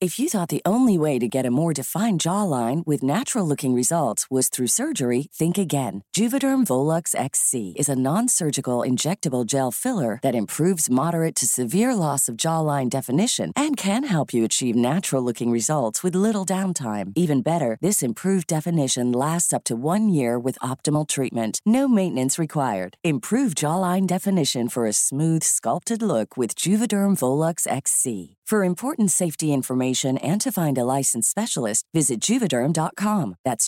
If you thought the only way to get a more defined jawline with natural-looking results was through surgery, think again. Juvederm Volux XC is a non-surgical injectable gel filler that improves moderate to severe loss of jawline definition and can help you achieve natural-looking results with little downtime. Even better, this improved definition lasts up to 1 year with optimal treatment. No maintenance required. Improve jawline definition for a smooth, sculpted look with Juvederm Volux XC. For important safety information and to find a licensed specialist, visit Juvederm.com. That's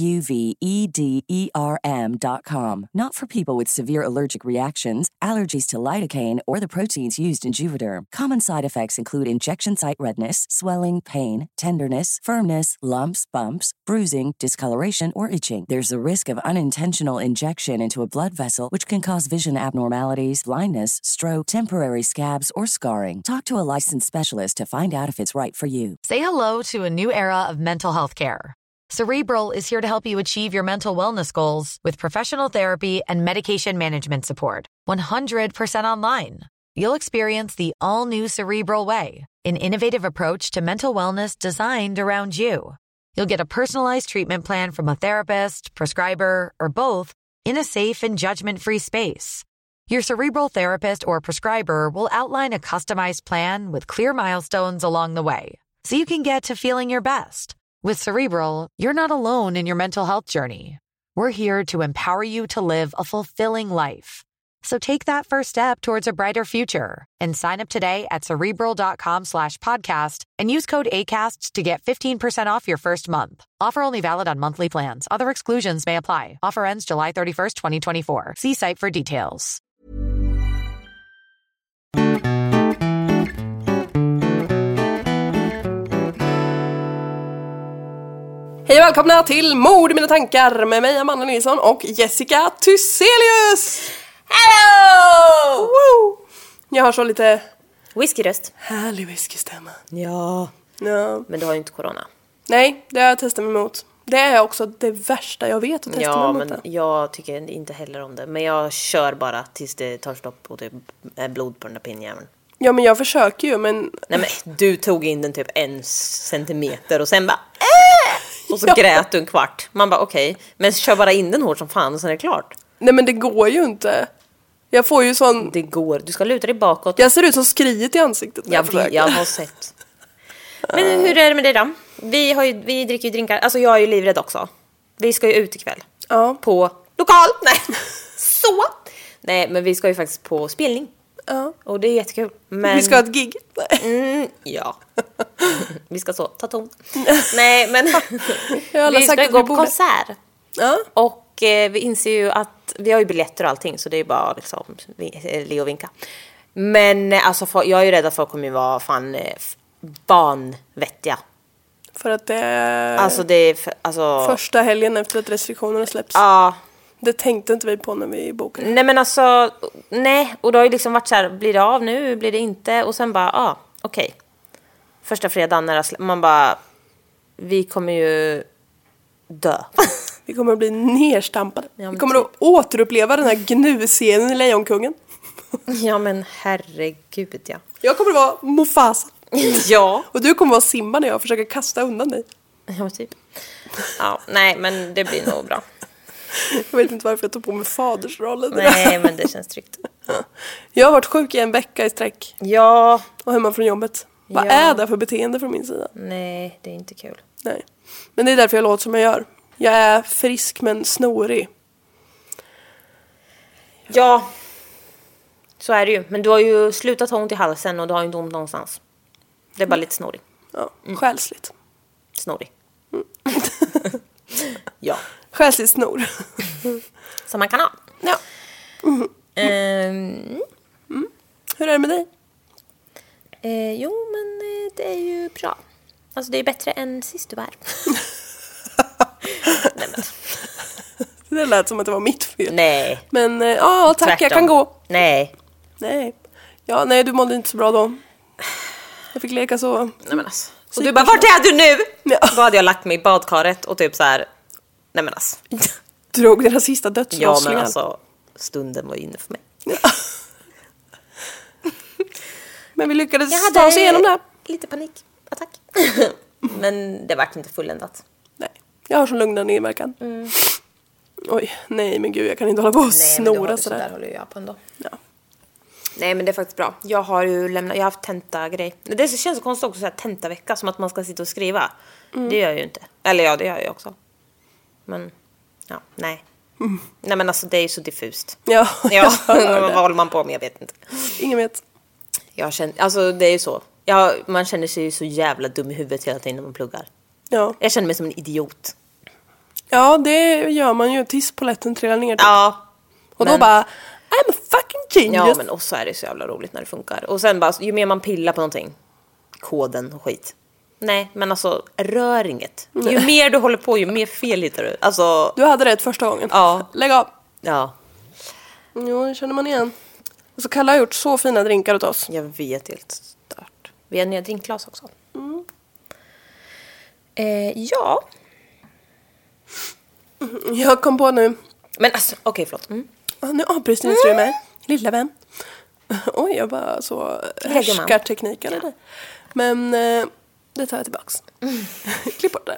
Juvederm.com. Not for people with severe allergic reactions, allergies to lidocaine, or the proteins used in Juvederm. Common side effects include injection site redness, swelling, pain, tenderness, firmness, lumps, bumps, bruising, discoloration, or itching. There's a risk of unintentional injection into a blood vessel, which can cause vision abnormalities, blindness, stroke, temporary scabs, or scarring. Talk to a licensed specialist to find out if it's right for you. Say hello to a new era of mental health care. Cerebral is here to help you achieve your mental wellness goals with professional therapy and medication management support. 100% online. You'll experience the all-new Cerebral Way, an innovative approach to mental wellness designed around you. You'll get a personalized treatment plan from a therapist, prescriber, or both in a safe and judgment-free space. Your Cerebral therapist or prescriber will outline a customized plan with clear milestones along the way, so you can get to feeling your best. With Cerebral, you're not alone in your mental health journey. We're here to empower you to live a fulfilling life. So take that first step towards a brighter future and sign up today at Cerebral.com/podcast and use code ACAST to get 15% off your first month. Offer only valid on monthly plans. Other exclusions may apply. Offer ends July 31st, 2024. See site for details. Hej och välkomna till Mord i mina tankar med mig Amanda Nilsson och Jessica Thyselius. Hello! Woo! Jag har så lite whiskyröst. Härlig whiskystämma. Ja. Men du har ju inte corona. Nej, det har jag testat mig emot. Det är också det värsta jag vet att testa mig emot. Ja, men jag tycker inte heller om det. Men jag kör bara tills det tar stopp och det är blod på den där pinnjäveln. Ja, men jag försöker ju, men... Nej, men du tog in den typ 1 centimeter och sen bara... Och så grät du en kvart. Man bara okej. Men kör bara in den hårt som fan och sen är det klart. Nej, men det går ju inte. Jag får ju sån... Det går. Du ska luta dig bakåt. Jag ser ut som skriet i ansiktet. Jag har sett. Men hur är det med dig då? Vi dricker ju drinkar. Alltså jag är ju livrädd också. Vi ska ju ut ikväll. Ja. På lokal. Nej. Så. Nej, men vi ska ju faktiskt på spelning. Ja. Och det är jättekul. Men... Vi ska ha ett gig. Ja. Vi ska så ta ton. Nej, men vi ska gå på konsert. Ja. Och vi inser ju att vi har ju biljetter och allting, så det är bara liksom le och vinka. Men alltså jag är ju rädd att folk kommer ju vara fan vanvettiga. För att det är första helgen efter att restriktionerna släpps. Ja. Det tänkte inte vi på när vi bokade. Nej, men alltså nej, och då har ju liksom varit så här, blir det av nu, blir det inte? Och sen bara okej. Första fredagen när man bara, vi kommer ju dö. Vi kommer att bli nerstampade. Ja, vi kommer att återuppleva den här gnuscenen i Lejonkungen. Ja, men herregud, ja. Jag kommer att vara Mufasa. Ja. Och du kommer att vara Simba när jag försöker kasta undan dig. Ja, typ. Ja, nej, men det blir nog bra. Jag vet inte varför jag tog på mig fadersrollen. Nej, men det känns tryggt. Jag har varit sjuk i 1 vecka i sträck. Ja. Och hemma från jobbet. Vad är det för beteende från min sida? Nej, det är inte kul. Nej. Men det är därför jag låter som jag gör. Jag är frisk men snorig. Ja. Så är det ju. Men du har ju slutat ha ont i halsen och du har ju inte ont någonstans. Det är bara lite snorig. Ja, själsligt. Snorig. Ja. Själsligt snor. Som man kan ha. Ja. Hur är det med dig? Jo, men det är ju bra. Alltså det är bättre än sist du var här. Nej, men. Det lät som att det var mitt fel. Nej. Men tack, tvärtom. Jag kan gå. Nej. Ja, nej, du mådde inte så bra då. Jag fick leka så. Nej, men alltså. Och du bara, vart är du nu? Ja. Då hade jag lagt mig i badkaret och typ så här. Nej, men alltså. Drog den här sista dödslossningen. Ja, men alltså, stunden var inne för mig. Ja. Men vi lyckades ta oss igenom det. Lite panikattack. Men det vart inte fulländat. Nej, jag har så lugnande inverkan. Oj, nej men gud, jag kan inte hålla på och snora sådär. Där håller jag på ändå. Ja. Nej, men det är faktiskt bra. Jag har haft tentagrej. Det känns så konstigt också så här tentavecka, som att man ska sitta och skriva. Det gör jag ju inte. Eller ja, det gör jag också. Men, ja, nej. Nej, men alltså det är ju så diffust. Ja, vad håller man på med? Jag vet inte. Ingen vet. Jag känner, alltså det är ju så. Man känner sig ju så jävla dum i huvudet hela tiden när man pluggar. Ja. Jag känner mig som en idiot. Ja, det gör man ju tills polletten trillar ner. Typ. Ja. Och då bara, I'm a fucking genius. Ja, men också är det så jävla roligt när det funkar. Och sen bara, ju mer man pillar på någonting, koden och skit. Nej, men alltså, rör inget. Ju mer du håller på, ju mer fel hittar du. Alltså, du hade rätt första gången. Ja. Lägg av. Ja. Jo, det känner man igen. Och så Kalle har gjort så fina drinkar åt oss. Jag vet, helt stört. Vi har nya drinkglas också. Ja. Jag kom på nu. Men alltså, okej, förlåt. Nu avbryter du mig, lilla vän. Oj, jag bara så härskarteknik eller det. Men det tar jag tillbaks. Klipp bort det.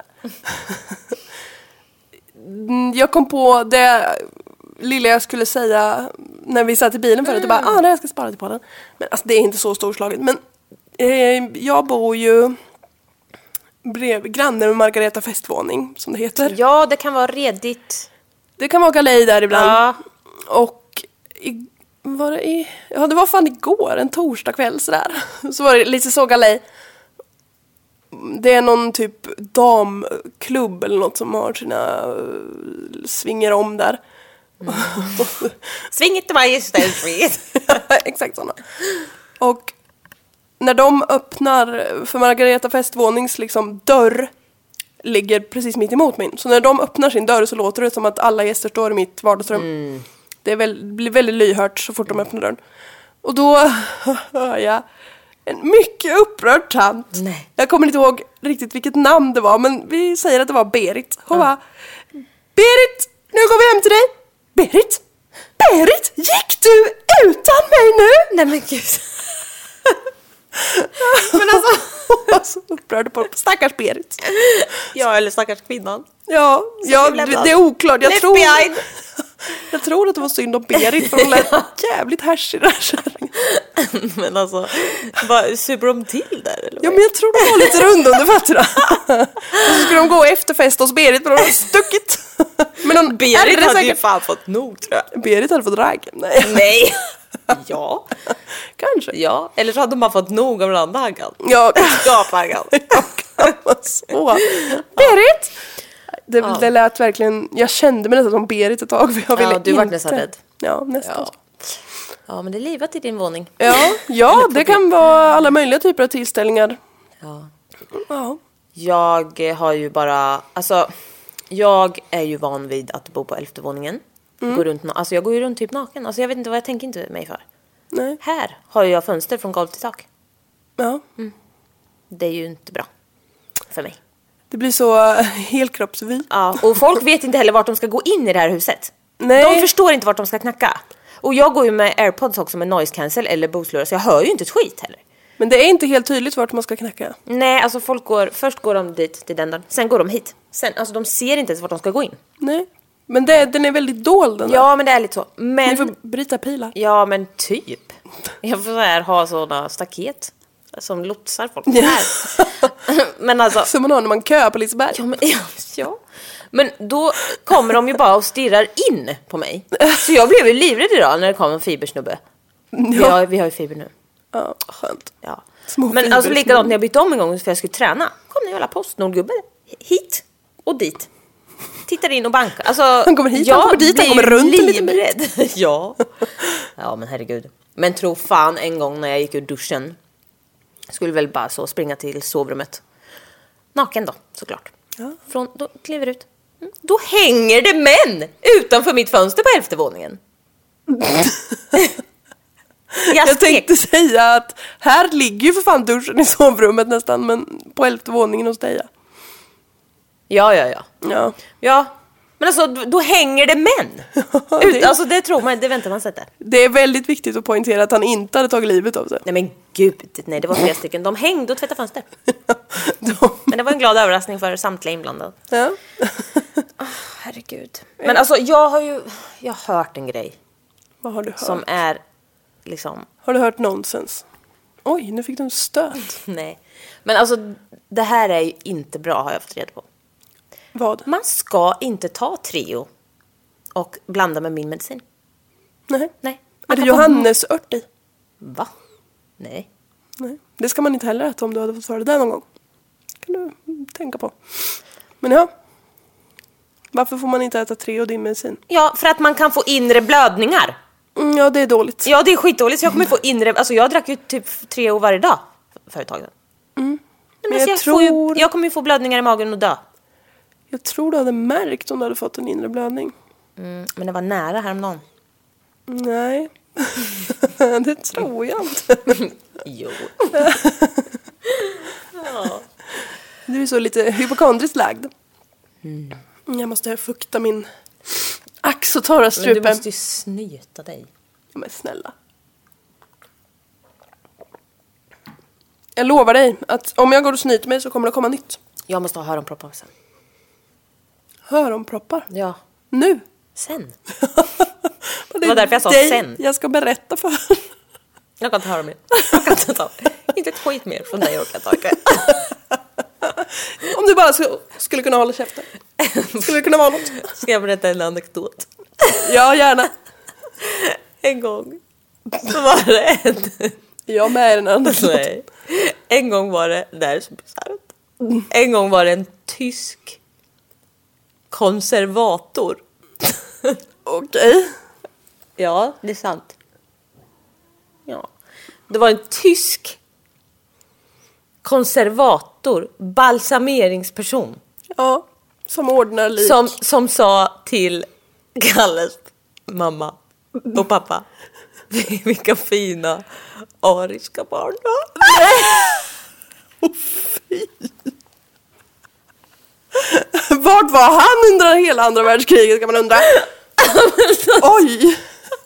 Jag kom på det lilla jag skulle säga när vi satt i bilen förut. Jag bara, jag ska spara till podden. Men alltså, det är inte så storslaget. Men jag bor ju granne med Margareta festvåning, som det heter. Ja, det kan vara redigt. Det kan vara galej där ibland. Ja. Och det var fan igår, en torsdag kväll sådär. Så var det lite så galej. Det är någon typ damklubb eller något som har sina svingar om där. Swing it to my street. Exakt sådana. Och när de öppnar, för Margareta festvånings liksom dörr ligger precis mitt emot min. Så när de öppnar sin dörr så låter det som att alla gäster står i mitt vardagsrum. Det blir väldigt lyhört så fort de öppnar dörren. Och då hör jag en mycket upprörd tant. Nej. Jag kommer inte ihåg riktigt vilket namn det var, men vi säger att det var Berit. Hon bara, Berit, nu går vi hem till dig. Berit, gick du utan mig nu? Nej, men gud. Men alltså, hon var så upprörd på stackars Berit. Ja, eller stackars kvinnan. Ja, det är oklart. Jag tror att det var synd om Berit, för hon lät jävligt härsig där. Men alltså, vad super de till där? Eller? Ja, men jag tror de var lite rund under fötterna. Och så skulle de gå efter fest hos Berit, men de hade stuckit. Men Berit hade ju fan fått nog, tror jag. Berit hade fått ragg. Nej. Ja. Kanske. Ja, eller så hade de bara fått nog av den andra haggan. Ja. Gaphaggan. Så. Berit! Det lät verkligen, jag kände mig nästan som Berit ett tag, för jag ville du var nästan rädd. Ja, nästan. Ja, men det är livat i din våning. Ja, det kan vara alla möjliga typer av tillställningar. Ja. Jag har ju bara, alltså, jag är ju van vid att bo på 11:e våningen. Jag går ju runt typ naken. Alltså jag vet inte vad jag tänker inte mig för. Nej. Här har jag fönster från golv till tak. Ja. Det är ju inte bra för mig. Det blir så helkroppsvy. Ja, och folk vet inte heller vart de ska gå in i det här huset. Nej. De förstår inte vart de ska knacka. Och jag går ju med AirPods också, med noise cancel eller Bose-lurar, så jag hör ju inte ett skit heller. Men det är inte helt tydligt vart man ska knacka. Nej, alltså först går de dit till den dörren, sen går de hit. Sen, alltså de ser inte ens vart de ska gå in. Nej, men den är väldigt dold den där. Ja, men det är lite så. Men ni får bryta pilar. Ja, men typ. Jag får ha sådana staket som lotsar folk här. Men alltså, som man har när man köar på Liseberg. Ja. Men då kommer de ju bara och stirrar in på mig. Så jag blev ju livrädd idag när det kom en fibersnubbe. Ja. Vi har ju fiber nu. Ja, skönt. Ja. Små Men alltså likadant när jag bytte om en gång för jag skulle träna. Kom en jävla postnordgubbe hit och dit. Tittar in och bankar. Alltså, han kommer hit, han kommer dit, han kommer runt en liten bit. Ja, men herregud. Men tro fan, en gång när jag gick ur duschen, skulle väl bara så springa till sovrummet. Naken då, såklart. Ja. Då kliver ut. Då hänger det män utanför mitt fönster på 11:e våningen. Jag tänkte säga att här ligger ju för fan duschen i sovrummet nästan, men på 11:e våningen hos dig. Ja. Men Men alltså, då hänger det män. Alltså det tror man, det väntar man sig inte. Det är väldigt viktigt att poängtera att han inte hade tagit livet av sig. Nej men gud, nej det var flera stycken. De hängde och tvättade fönster. Men det var en glad överraskning för samtliga inblandade. Ja. Herregud. Men alltså jag har hört en grej. Vad har du hört? Som är liksom... Har du hört nonsens? Oj, nu fick du en stöt. Nej. Men alltså det här är ju inte bra, har jag fått reda på. Vad? Man ska inte ta Treo och blanda med min medicin. Nej. Nej. Är det johannesört i? Va? Nej. Nej. Det ska man inte heller äta om du hade fått för det där någon gång. Kan du tänka på. Men ja. Varför får man inte äta Treo din medicin? Ja, för att man kan få inre blödningar. Ja, det är dåligt. Ja, det är skitdåligt. Så jag kommer få inre... Alltså jag drack ju typ Treo varje dag för ett tag sedan. Men alltså, jag kommer ju få blödningar i magen och dö. Jag tror du hade märkt om du hade fått en inre blödning. Men det var nära häromdagen. Nej. Det tror jag inte. Jo. Du är så lite hypokondriskt lagd. Jag måste fukta min ax och torra strupe. Men du måste ju snyta dig. Ja, men snälla. Jag lovar dig att om jag går och snyter mig så kommer det komma nytt. Jag måste ha öronproppar sen. Öronproppar? Ja. Nu? Sen. Det var därför jag sa sen. Jag ska berätta för. Jag kan inte höra mer. Jag kan inte ta. Inte ett skit mer från dig orkar jag ta. Om du bara skulle kunna hålla käften. Skulle det kunna vara något? Ska jag berätta en anekdot? Ja, gärna. En gång så var det en... Jag med en anekdot. Nej. En gång var det... Det här är så bisarrt. En gång var det en tysk konservator. Okej. Ja, det är sant. Ja. Det var en tysk konservator, balsameringsperson. Ja, som ordnar lik. Som sa till Kalles mamma och pappa: vilka fina ariska barn då. Fy. Vart var han under hela andra världskriget, kan man undra. Oj.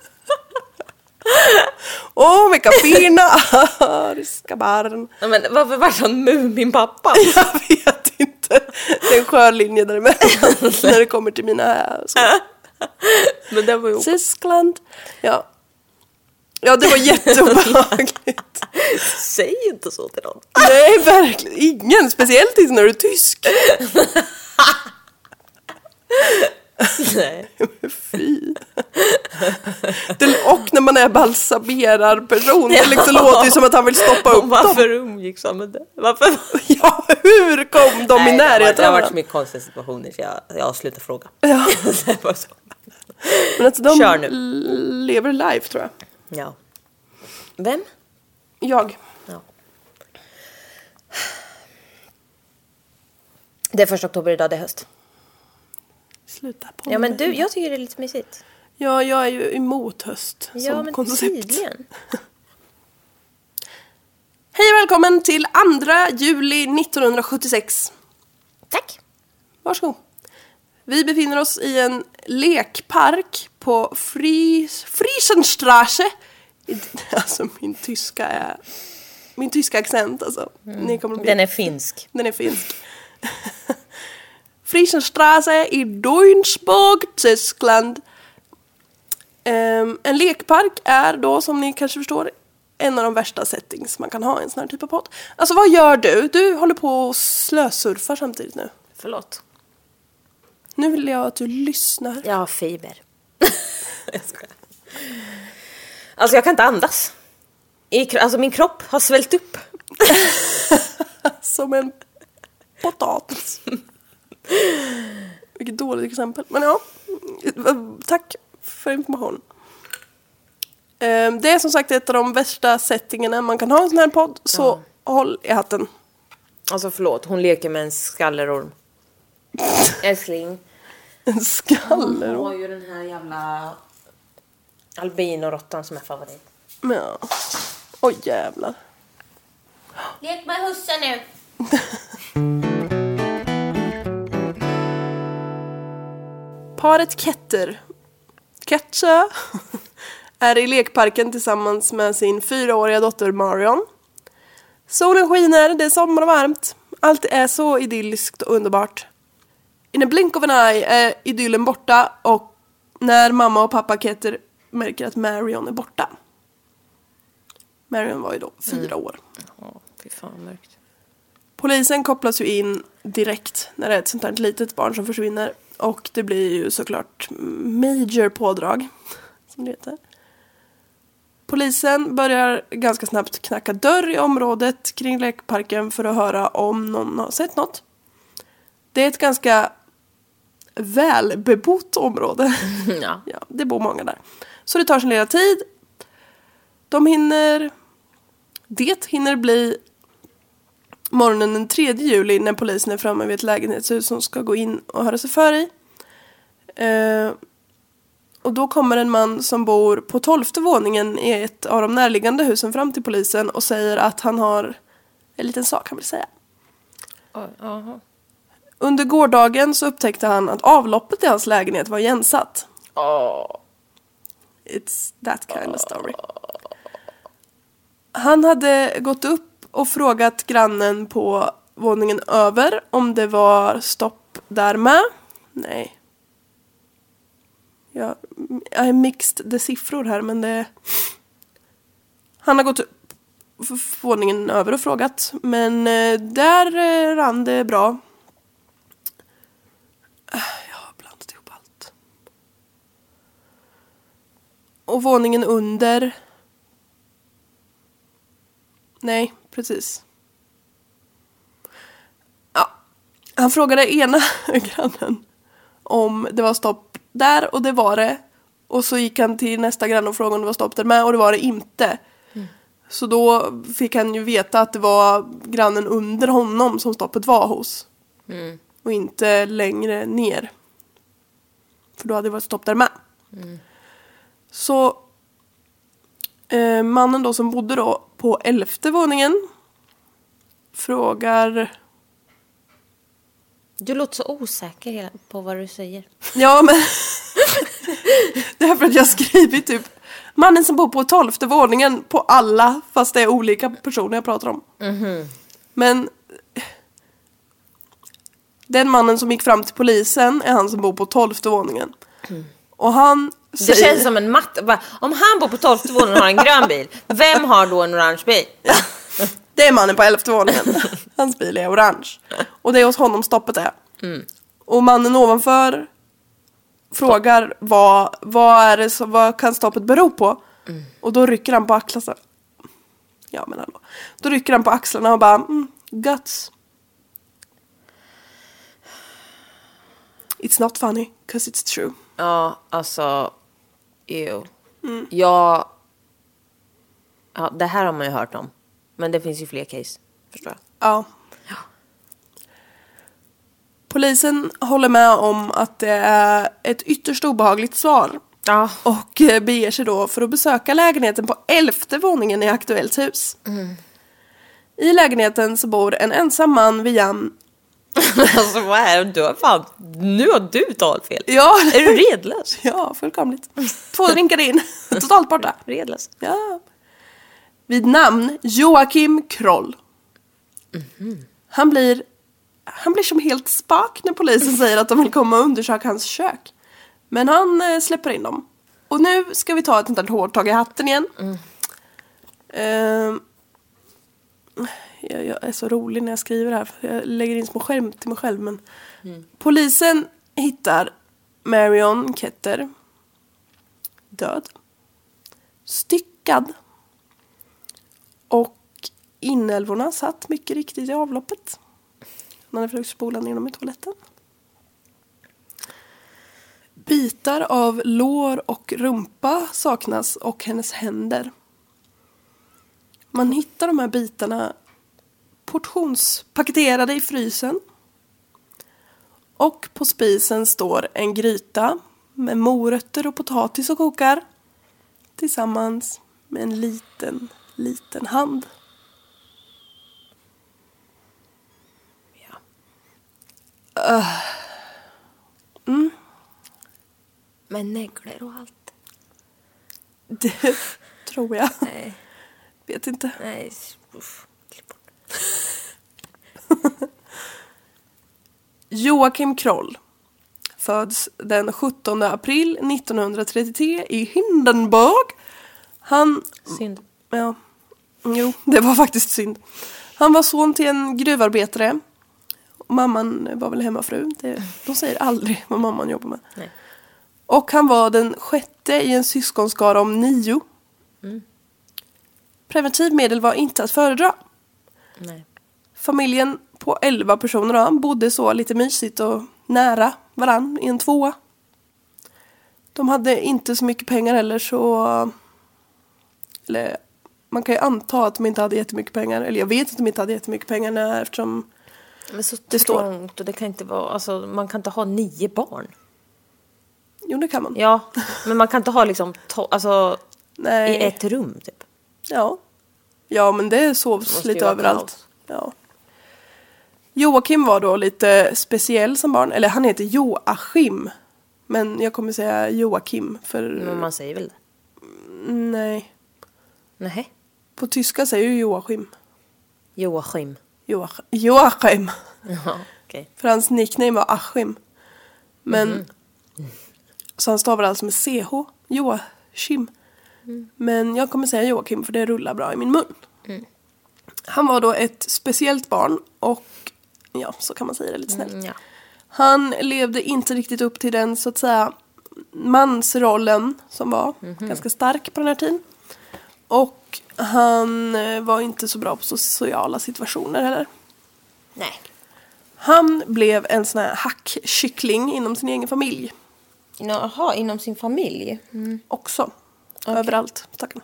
Vilka fina ariska barn. Men varför var han min pappa? Jag vet inte. Det är en skör linje däremellan när det kommer till mina Men det var ju Tyskland. Ja, det var jätteobehagligt. Säg inte så till någon. Nej, verkligen. Ingen, speciellt inte när du är tysk. Nej. Fy. Och när man är balsamerarperson, det liksom låter ju som att han vill stoppa upp Varför dem. umgicks han med det? Varför? Ja, hur kom de i närheten? Det har varit så mycket konstiga situationer så jag slutar fråga. Ja. Det var så. Men alltså de Kör nu. lever life, tror jag. Ja. Vem? Jag. Ja. Det är 1 oktober idag, det är höst. Sluta på. Ja, men jag tycker det är lite mysigt. Ja, jag är ju emot höst som men koncept. tydligen. Hej och välkommen till 2 juli 1976. Tack. Varsågod. Vi befinner oss i en lekpark på Friesenstraße. Alltså min tyska accent alltså. Ni kommer Den är finsk. Den är finsk. Friesenstraße i Duisburg, Tyskland. En lekpark är då, som ni kanske förstår, en av de värsta settings man kan ha i en sån här typ av podd. Alltså vad gör du? Du håller på och slösurfar samtidigt nu. Förlåt. Nu vill jag att du lyssnar. Jag har fiber. Jag skojar. Alltså jag kan inte andas. Alltså min kropp har svällt upp. Som en potatis. Vilket dåligt exempel. Men ja, tack för information. Det är som sagt ett av de värsta settingarna man kan ha i en sån här podd. Så håll i hatten. Alltså förlåt, hon leker med en skallerorm. Älskling. En skallerorm? Hon har ju den här jävla albinorottan som är favorit. Ja. Oj jävlar. Lek med hussen nu. Paret Ketter är i lekparken tillsammans med sin 4-åriga dotter Marion. Solen skiner, det är sommar och varmt. Allt är så idylliskt och underbart. In a blink of an eye är idyllen borta och när mamma och pappa Ketter märker att Marion är borta. Marion var ju då 4 år. Fy fan mörkt. Polisen kopplas ju in direkt när det är ett sånt här litet barn som försvinner. Och det blir ju såklart major pådrag, som det heter. Polisen börjar ganska snabbt knacka dörr i området kring lekparken för att höra om någon har sett något. Det är ett ganska välbebott område. Ja. Ja, det bor många där. Så det tar sin lilla tid. Det hinner bli morgonen den 3 juli när polisen är framme vid ett lägenhetshus som ska gå in och höra sig för i. Och då kommer en man som bor på 12:e våningen i ett av de närliggande husen fram till polisen och säger att han har en liten sak han vill säga. Under gårdagen så upptäckte han att avloppet i hans lägenhet var igensatt. It's that kind of story. Han hade gått upp och frågat grannen på våningen över om det var stopp där med. Nej. Jag är mixed the siffror här, men det... Han har gått upp våningen över och frågat, men där rann det bra. Jag har blandat ihop allt. Och våningen under... Nej, precis. Ja. Han frågade ena grannen om det var stopp där, och det var det. Och så gick han till nästa granne och frågade om det var stopp där med, och det var det inte. Så då fick han ju veta att det var grannen under honom som stoppet var hos. Och inte längre ner. För då hade det varit stopp där med. Så mannen då som bodde då på 11:e våningen frågar... Du låter så osäker på vad du säger. Ja, men det är för att jag har skrivit typ mannen som bor på 12:e våningen på alla, fast det är olika personer jag pratar om. Men den mannen som gick fram till polisen är han som bor på 12:e våningen. Och han säger... Det känns som en matte. Om han bor på 12:e våningen och har en grön bil, vem har då en orange bil? Det är mannen på 11:e våningen. Hans bil är orange. Och det är hos honom stoppet är. Och mannen ovanför frågar vad kan stoppet bero på? Och då rycker han på axlarna. Ja, men hallå. Då rycker han på axlarna och bara guts. It's not funny, 'cause it's true. Ja, alltså ja, det här har man ju hört om. Men det finns ju fler case, förstår jag. Ja. Polisen håller med om att det är ett ytterst obehagligt svar. Ja. Och beger sig då för att besöka lägenheten på 11:e våningen i aktuellt hus. I lägenheten så bor en ensam man vid Jan. Alltså vad är det? Du har fan... Nu har du talfel. Ja. Är du redlös? Ja, fullkomligt. 2 drinkar in. Totalt borta. Redlös. Ja. Vid namn Joakim Kroll. Han blir som helt spak när polisen säger att de vill komma och undersöka hans kök. Men han släpper in dem. Och nu ska vi ta ett sånt här hårdtag i hatten igen. Jag är så rolig när jag skriver här. Jag lägger in små skämt till mig själv. Men polisen hittar Marion Ketter död. Styckad. Och inälvorna satt mycket riktigt i avloppet. Man hade försökt spola ner dem i toaletten. Bitar av lår och rumpa saknas och hennes händer. Man hittar de här bitarna portionspaketerade i frysen. Och på spisen står en gryta med morötter och potatis och kokar. Tillsammans med en liten hand. Med nägglor och allt. Det tror jag. Nej. Vet inte. Nej. Uff. Klipp bort. Joakim Kroll föds den 17 april 1933 i Hindenburg. Synd. Ja, jo, det var faktiskt synd. Han var son till en gruvarbetare. Och mamman var väl hemmafru. De säger aldrig vad mamman jobbar med. Nej. Och han var den 6:e i en syskonskara om 9. Preventivmedel var inte att föredra. Nej. Familjen på 11 personer då, bodde så lite mysigt och nära varann i en 2. De hade inte så mycket pengar heller, så... Eller man kan ju anta att de inte hade jättemycket pengar. Eller jag vet att de inte hade jättemycket pengar eftersom Men så det står... trångt och det kan inte vara... Alltså, man kan inte ha 9 barn. Jo, det kan man. Ja, men man kan inte ha liksom... Nej. I ett rum, typ. Ja. Ja, men det sovs lite överallt. Kaos. Ja. Joakim var då lite speciell som barn. Eller han heter Joachim. Men jag kommer säga Joakim. Men man säger väl det? Nej. Nej. På tyska säger ju Joachim. Joachim. Joachim. Ja, okej. För hans nickname var Achim. Men... Så han stavar alltså med CH. Joachim. Men jag kommer säga Joakim för det rullar bra i min mun. Han var då ett speciellt barn. Och ja, så kan man säga det lite snällt. Ja. Han levde inte riktigt upp till den, så att säga, mansrollen som var ganska stark på den här tiden. Och han var inte så bra på sociala situationer heller. Nej. Han blev en sån här hackkyckling inom sin egen familj. Jaha, inom sin familj? Också. Överallt. Tack.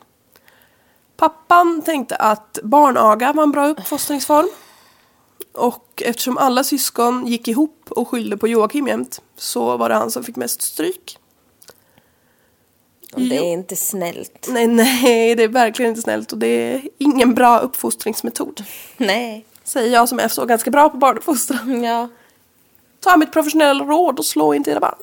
Pappan tänkte att barnaga var en bra uppfostringsform. Och eftersom alla syskon gick ihop och skyllde på Joakim jämt, så var det han som fick mest stryk. Det är inte snällt. Nej, det är verkligen inte snällt. Och det är ingen bra uppfostringsmetod. Nej. Säger jag som är så ganska bra på barnuppfostran. Ja. Ta mitt professionella råd och slå inte era barn.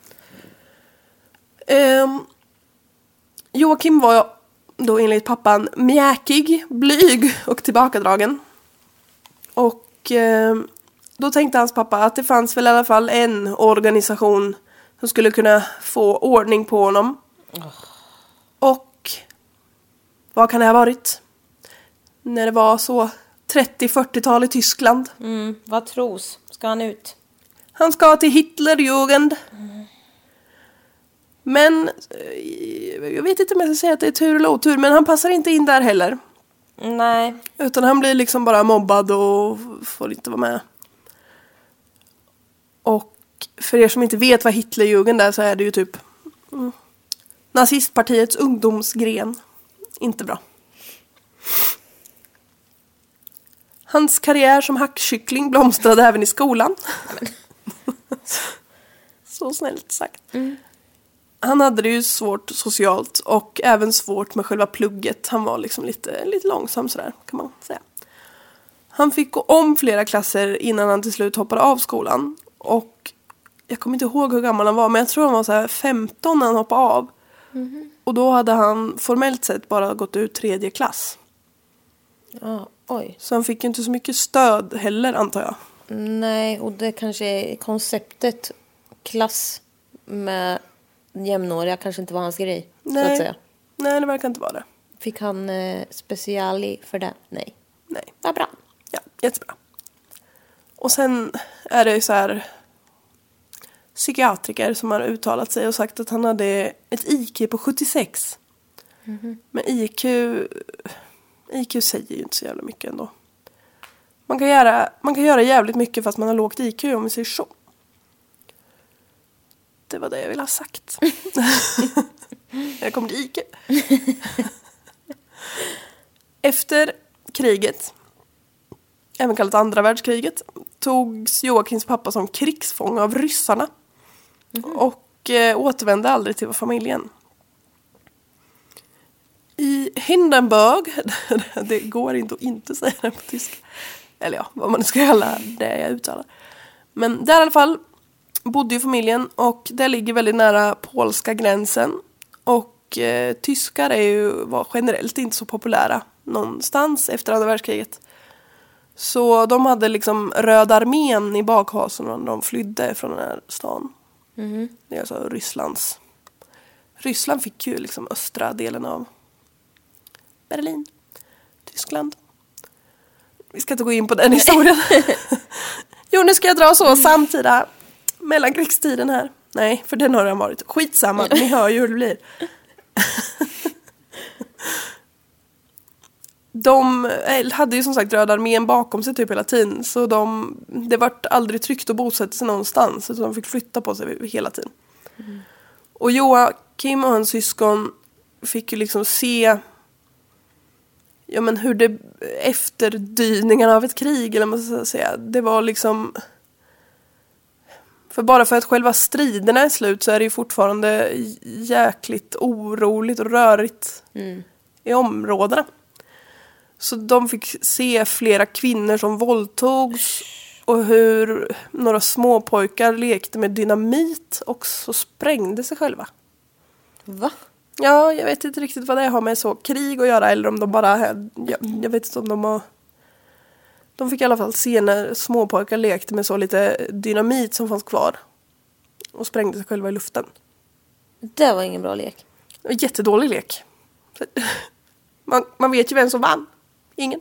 Joakim var då enligt pappan mjäkig, blyg och tillbakadragen. Och då tänkte hans pappa att det fanns väl i alla fall en organisation som skulle kunna få ordning på honom. Och vad kan det ha varit? När det var så 30-40-tal i Tyskland. Vad tros? Ska han ut? Han ska till Hitlerjugend. Men jag vet inte om jag ska säga att det är tur eller otur, men han passar inte in där heller. Nej. Utan han blir liksom bara mobbad och får inte vara med. Och för er som inte vet vad Hitlerjugend är, så är det ju typ nazistpartiets ungdomsgren. Inte bra. Hans karriär som hackkyckling blomstrade även i skolan. Så snällt sagt. Han hade det ju svårt socialt och även svårt med själva plugget. Han var liksom lite långsam sådär, kan man säga. Han fick gå om flera klasser innan han till slut hoppade av skolan. Och jag kommer inte ihåg hur gammal han var, men jag tror han var så här 15 när han hoppade av. Och då hade han formellt sett bara gått ut 3:e klass. Ja, oj. Så han fick inte så mycket stöd heller, antar jag. Nej, och det kanske är konceptet klass med jämnåriga kanske inte var hans grej, så att säga. Nej, det verkar inte vara det. Fick han speciali för det? Nej. Nej. Vad bra. Ja, jättebra. Och sen är det så här psykiatriker som har uttalat sig och sagt att han hade ett IQ på 76. Men IQ säger ju inte så jävla mycket ändå. Man kan göra jävligt mycket fast man har lågt IQ, om vi säger så. Det var det jag ville ha sagt. Jag kom till IQ. Efter kriget, även kallat andra världskriget, togs Joakims pappa som krigsfånge av ryssarna. Och återvände aldrig till familjen. I Hindenburg, det går inte att inte säga det på tyska. Eller ja, vad man ska kalla det jag uttalar. Men där i alla fall bodde ju familjen och det ligger väldigt nära polska gränsen. Och tyskar var generellt inte så populära någonstans efter andra världskriget. Så de hade liksom Röda armén i bakhasorna när de flydde från den här stan. Det är alltså Ryssland fick ju liksom östra delen av Berlin, Tyskland. Vi ska inte gå in på den historien. Jo, nu ska jag dra så samtida mellankrigstiden här. Nej, för den har redan varit. Skitsamma, ni hör ju hur det blir. De hade ju som sagt Röda armén bakom sig typ hela tiden. Så det var aldrig tryggt att bosätta sig någonstans. Så de fick flytta på sig hela tiden. Och Joakim och hans syskon fick ju liksom se hur det efterdyningarna av ett krig, eller vad man ska säga. Det var liksom... För att själva striderna är slut så är det ju fortfarande jäkligt oroligt och rörigt i områdena. Så de fick se flera kvinnor som våldtogs och hur några småpojkar lekte med dynamit och så sprängde sig själva. Va? Ja, jag vet inte riktigt vad det har med så krig att göra eller om de bara... Jag vet inte om de har... De fick i alla fall se när småpojkar lekte med så lite dynamit som fanns kvar. Och sprängde sig själva i luften. Det var ingen bra lek. En jättedålig lek. Man vet ju vem som vann. Ingen.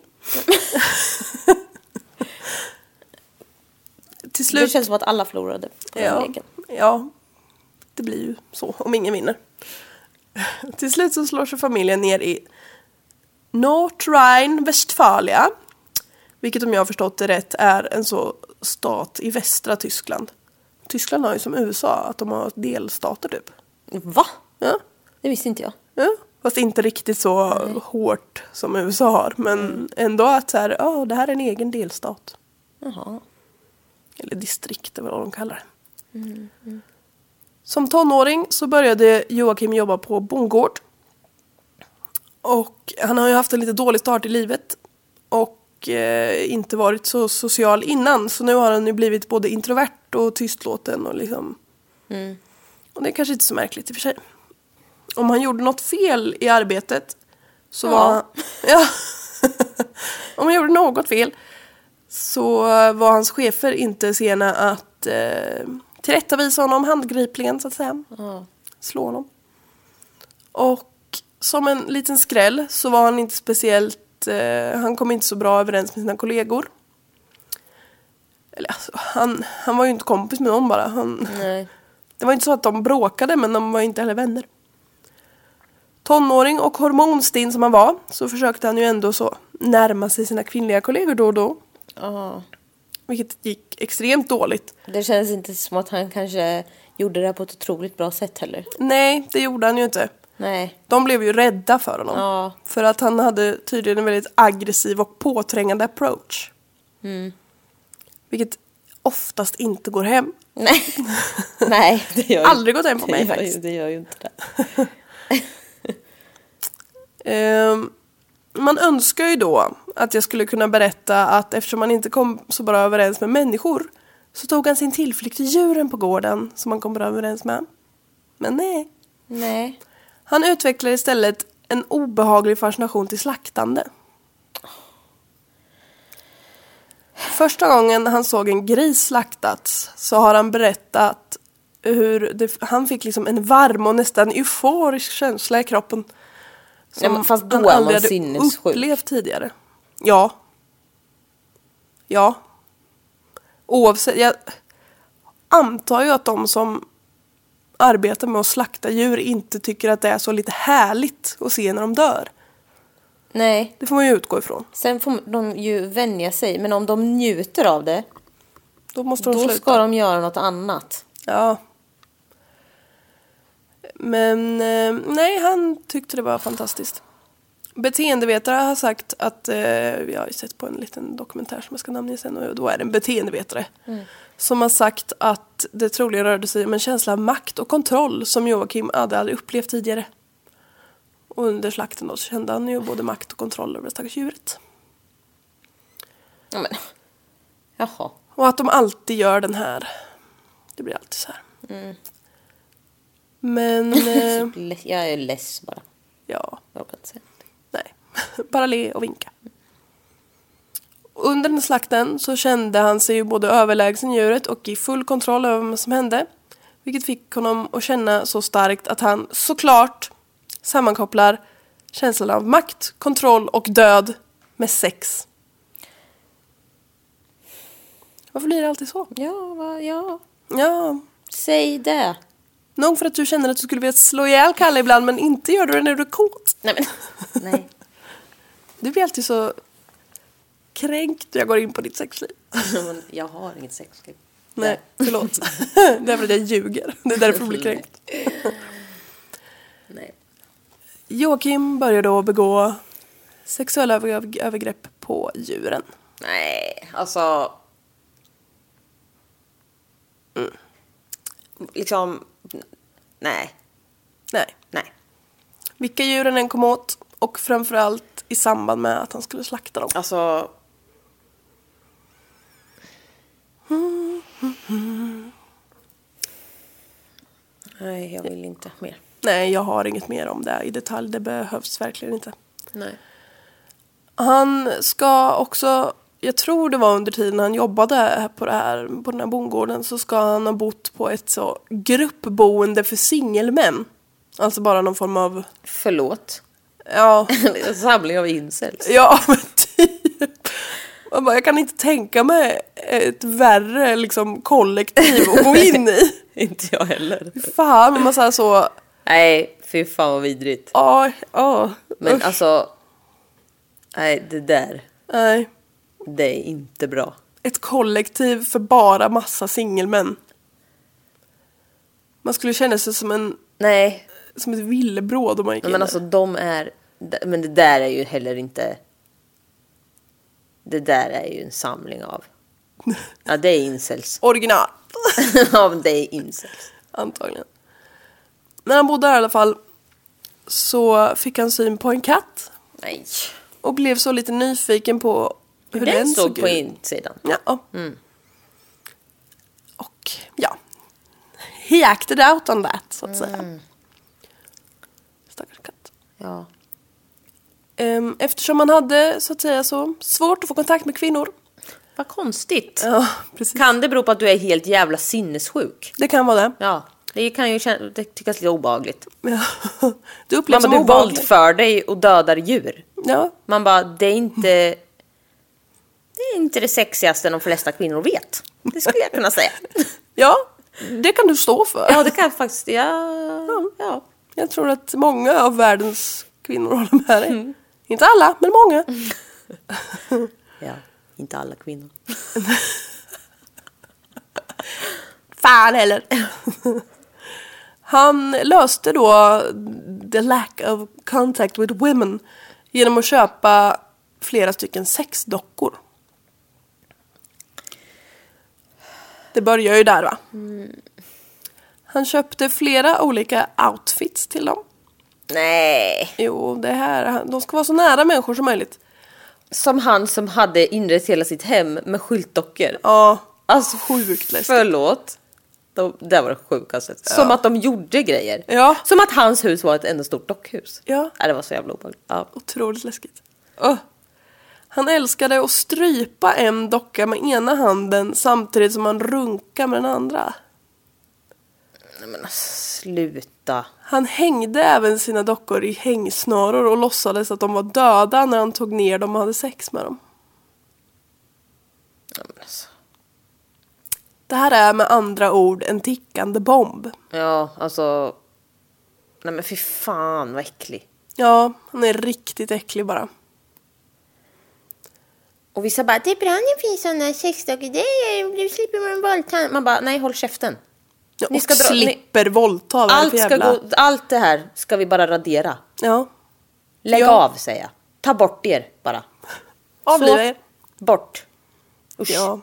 Till slut... Det känns som att alla förlorade på den leken. Ja, det blir ju så om ingen vinner. Till slut så slår sig familjen ner i Nordrhein-Westfalia. Vilket om jag har förstått det rätt är en så stat i västra Tyskland. Tyskland har ju som USA att de har delstater typ. Va? Ja. Det visste inte jag. Ja, fast inte riktigt så hårt som USA har. Men ändå att så här, det här är en egen delstat. Jaha. Eller distrikt, eller vad de kallar det. Som tonåring så började Joakim jobba på bondgård. Och han har ju haft en lite dålig start i livet. Och inte varit så social innan. Så nu har han ju blivit både introvert och tystlåten. Och liksom. Och det är kanske inte så märkligt i och för sig. Om han gjorde något fel i arbetet så var om han gjorde något fel så var hans chefer inte sena att tillrättavisa honom handgripligen så att säga. Slå honom. Och som en liten skräll så var han inte speciellt han kom inte så bra överens med sina kollegor. Eller alltså, han var ju inte kompis med någon bara. Nej. Det var inte så att de bråkade men de var inte heller vänner. Tonåring och hormonstinn som han var så försökte han ju ändå så närma sig sina kvinnliga kollegor då och då. Vilket gick extremt dåligt. Det känns inte som att han kanske gjorde det här på ett otroligt bra sätt heller. Nej, det gjorde han ju inte. Nej. De blev ju rädda för honom. Ja. För att han hade tydligen en väldigt aggressiv och påträngande approach. Vilket oftast inte går hem. Nej. Nej, det gör aldrig gått hem på mig faktiskt. Det gör ju inte det. Man önskar ju då att jag skulle kunna berätta att eftersom man inte kom så bra överens med människor så tog han sin tillflykt till djuren på gården som man kom bra överens med. Men nej. Nej. Han utvecklade istället en obehaglig fascination till slaktande. Första gången han såg en gris slaktats så har han berättat hur han fick liksom en varm och nästan euforisk känsla i kroppen. Som fast då han aldrig hade upplevt tidigare. Ja. Oavsett, jag antar ju att de som arbetar med att slakta djur inte tycker att det är så lite härligt att se när de dör. Nej. Det får man ju utgå ifrån. Sen får de ju vänja sig. Men om de njuter av det då måste de sluta. Ska de göra något annat. Ja. Men nej, han tyckte det var fantastiskt. Beteendevetare har sagt att jag har sett på en liten dokumentär som jag ska namnge sen och då är det en beteendevetare som har sagt att det troligen rörde sig om en känsla av makt och kontroll som Joakim hade aldrig upplevt tidigare. Och under slakten då så kände han ju både makt och kontroll över det stackars djuret. Ja, men. Jaha. Och att de alltid gör den här Det blir alltid så här. Men... Jag är less bara. ja. Jag orkar inte säga. Nej. Bara le och vinka. Under den slakten så kände han sig ju både överlägsen djuret och i full kontroll över vad som hände. Vilket fick honom att känna så starkt att han såklart sammankopplar känslan av makt, kontroll och död med sex. Varför blir det alltid så? Ja. Ja, Säg det. nog för att du känner att du skulle vilja slå ihjäl Kalle ibland men inte gör du det när du är kåt. Nej, men. Nej. Du blir alltid så kränkt när jag går in på ditt sexliv. Men jag har inget sexliv. Nej, förlåt. Det är för att jag ljuger. Det är därför du blir kränkt. Nej. Joakim börjar då begå sexuella övergrepp på djuren. Nej, alltså... Liksom... Nej. Nej. Vilka djuren än kom åt och framförallt i samband med att han skulle slakta dem. Alltså... Nej, jag vill inte mer. Nej, jag har inget mer om det i detalj. Det behövs verkligen inte. Nej. Han ska också, jag tror det var under tiden han jobbade på den här bondgården, så ska han ha bott på ett så gruppboende för singelmän. Alltså bara någon form av... Förlåt. Ja. En samling av incels. Ja, men typ. Jag kan inte tänka mig ett värre liksom, kollektiv att gå in i. Inte jag heller. Fan, men man säger så... Nej, fy fan vad vidrigt. Ja. Men alltså... Nej, det där. Nej. Det är inte bra. Ett kollektiv för bara massa singelmän. Man skulle känna sig som en... Nej. Som ett villebråd om man gick in Men där. alltså de är... Men det där är ju heller inte... Det där är ju en samling av... Ja, det är incels. Original. Ja, men det är incels. Antagligen. När han bodde där i alla fall så fick han syn på en katt. Nej. Och blev så lite nyfiken på hur den såg på ut. insidan. Ja. Och ja. He acted out on that, så att säga. Stackars katt. Ja. Eftersom man hade, så att säga, så svårt att få kontakt med kvinnor. Vad konstigt. Ja, precis. Kan det bero på att du är helt jävla sinnessjuk? Det kan vara det. Ja. Det kan ju det tyckas lite obehagligt. Ja. Det upplevs som Du obehagligt. våldför dig och dödar djur. Ja. Man bara, det är inte det sexigaste de flesta kvinnor vet. Det skulle jag kunna säga. Ja, det kan du stå för. Ja, det kan jag faktiskt. Ja. Jag tror att många av världens kvinnor håller med dig. Inte alla, men många. Ja, inte alla kvinnor. Fan heller. Han löste då the lack of contact with women genom att köpa flera stycken sexdockor. Det börjar ju där, va? Han köpte flera olika outfits till dem. Nej. Jo, de ska vara så nära människor som möjligt. Som han som hade inrett hela sitt hem med skyltdockor. Ja, Alltså sjukt läskigt. Förlåt. Det var det sjukaste. Som att de gjorde grejer. Ja. Som att hans hus var ett enda stort dockhus. Ja. Det var så jävla obehagligt. Ja. Otroligt läskigt. Han älskade att strypa en docka med ena handen samtidigt som han runkade med den andra. Nej, men sluta. Han hängde även sina dockor i hängsnöror och låtsades att de var döda när han tog ner dem och hade sex med dem. Nej, men alltså. Det här är med andra ord en tickande bomb. Ja, alltså. Nej men fy fan vad äcklig. Ja, han är riktigt äcklig bara. Och vissa bara, det är bra när det finns sådana sexdockor. Du slipper man våldta. Man bara, nej håll käften. Ja, Ni och ska slipper våldta. Allt det här ska vi bara radera. Ja. Lägg av, säger jag. Ta bort er bara. Avliva er. Bort. Usch. Ja.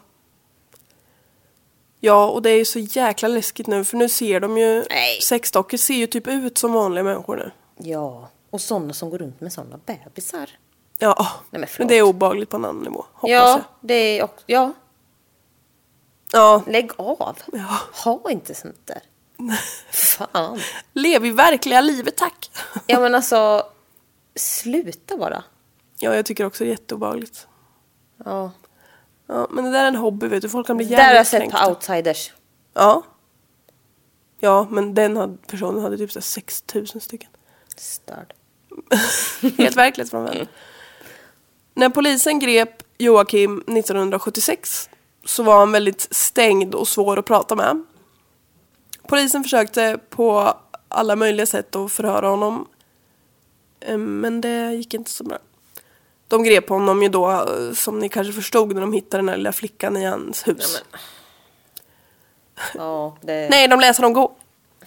Ja, och det är ju så jäkla läskigt nu. För nu ser de ju... Nej. Sexdockor ser ju typ ut som vanliga människor nu. Ja, och sådana som går runt med sådana bebisar. Ja, Nej, men men det är obehagligt på en annan nivå. Hoppas ja, jag. det är också, ja. Ja. Lägg av. Ja. Ha inte sånt där. Fan. Lev i verkliga livet, tack. Ja, men alltså, sluta bara. Ja, jag tycker också det är jätteobehagligt. Ja. Ja, men det där är en hobby, vet du. Folk kan bli Där har jag jävligt sett kränkta. på Outsiders. Ja. Ja, men personen hade typ så 6 000 stycken. Störd. Helt verklighetsfrånvänd. När polisen grep Joakim 1976 så var han väldigt stängd och svår att prata med. Polisen försökte på alla möjliga sätt att förhöra honom. Men det gick inte så bra. De grep honom ju då, som ni kanske förstod, när de hittade den här lilla flickan i hans hus. Ja, det... Nej, de läser dem gå.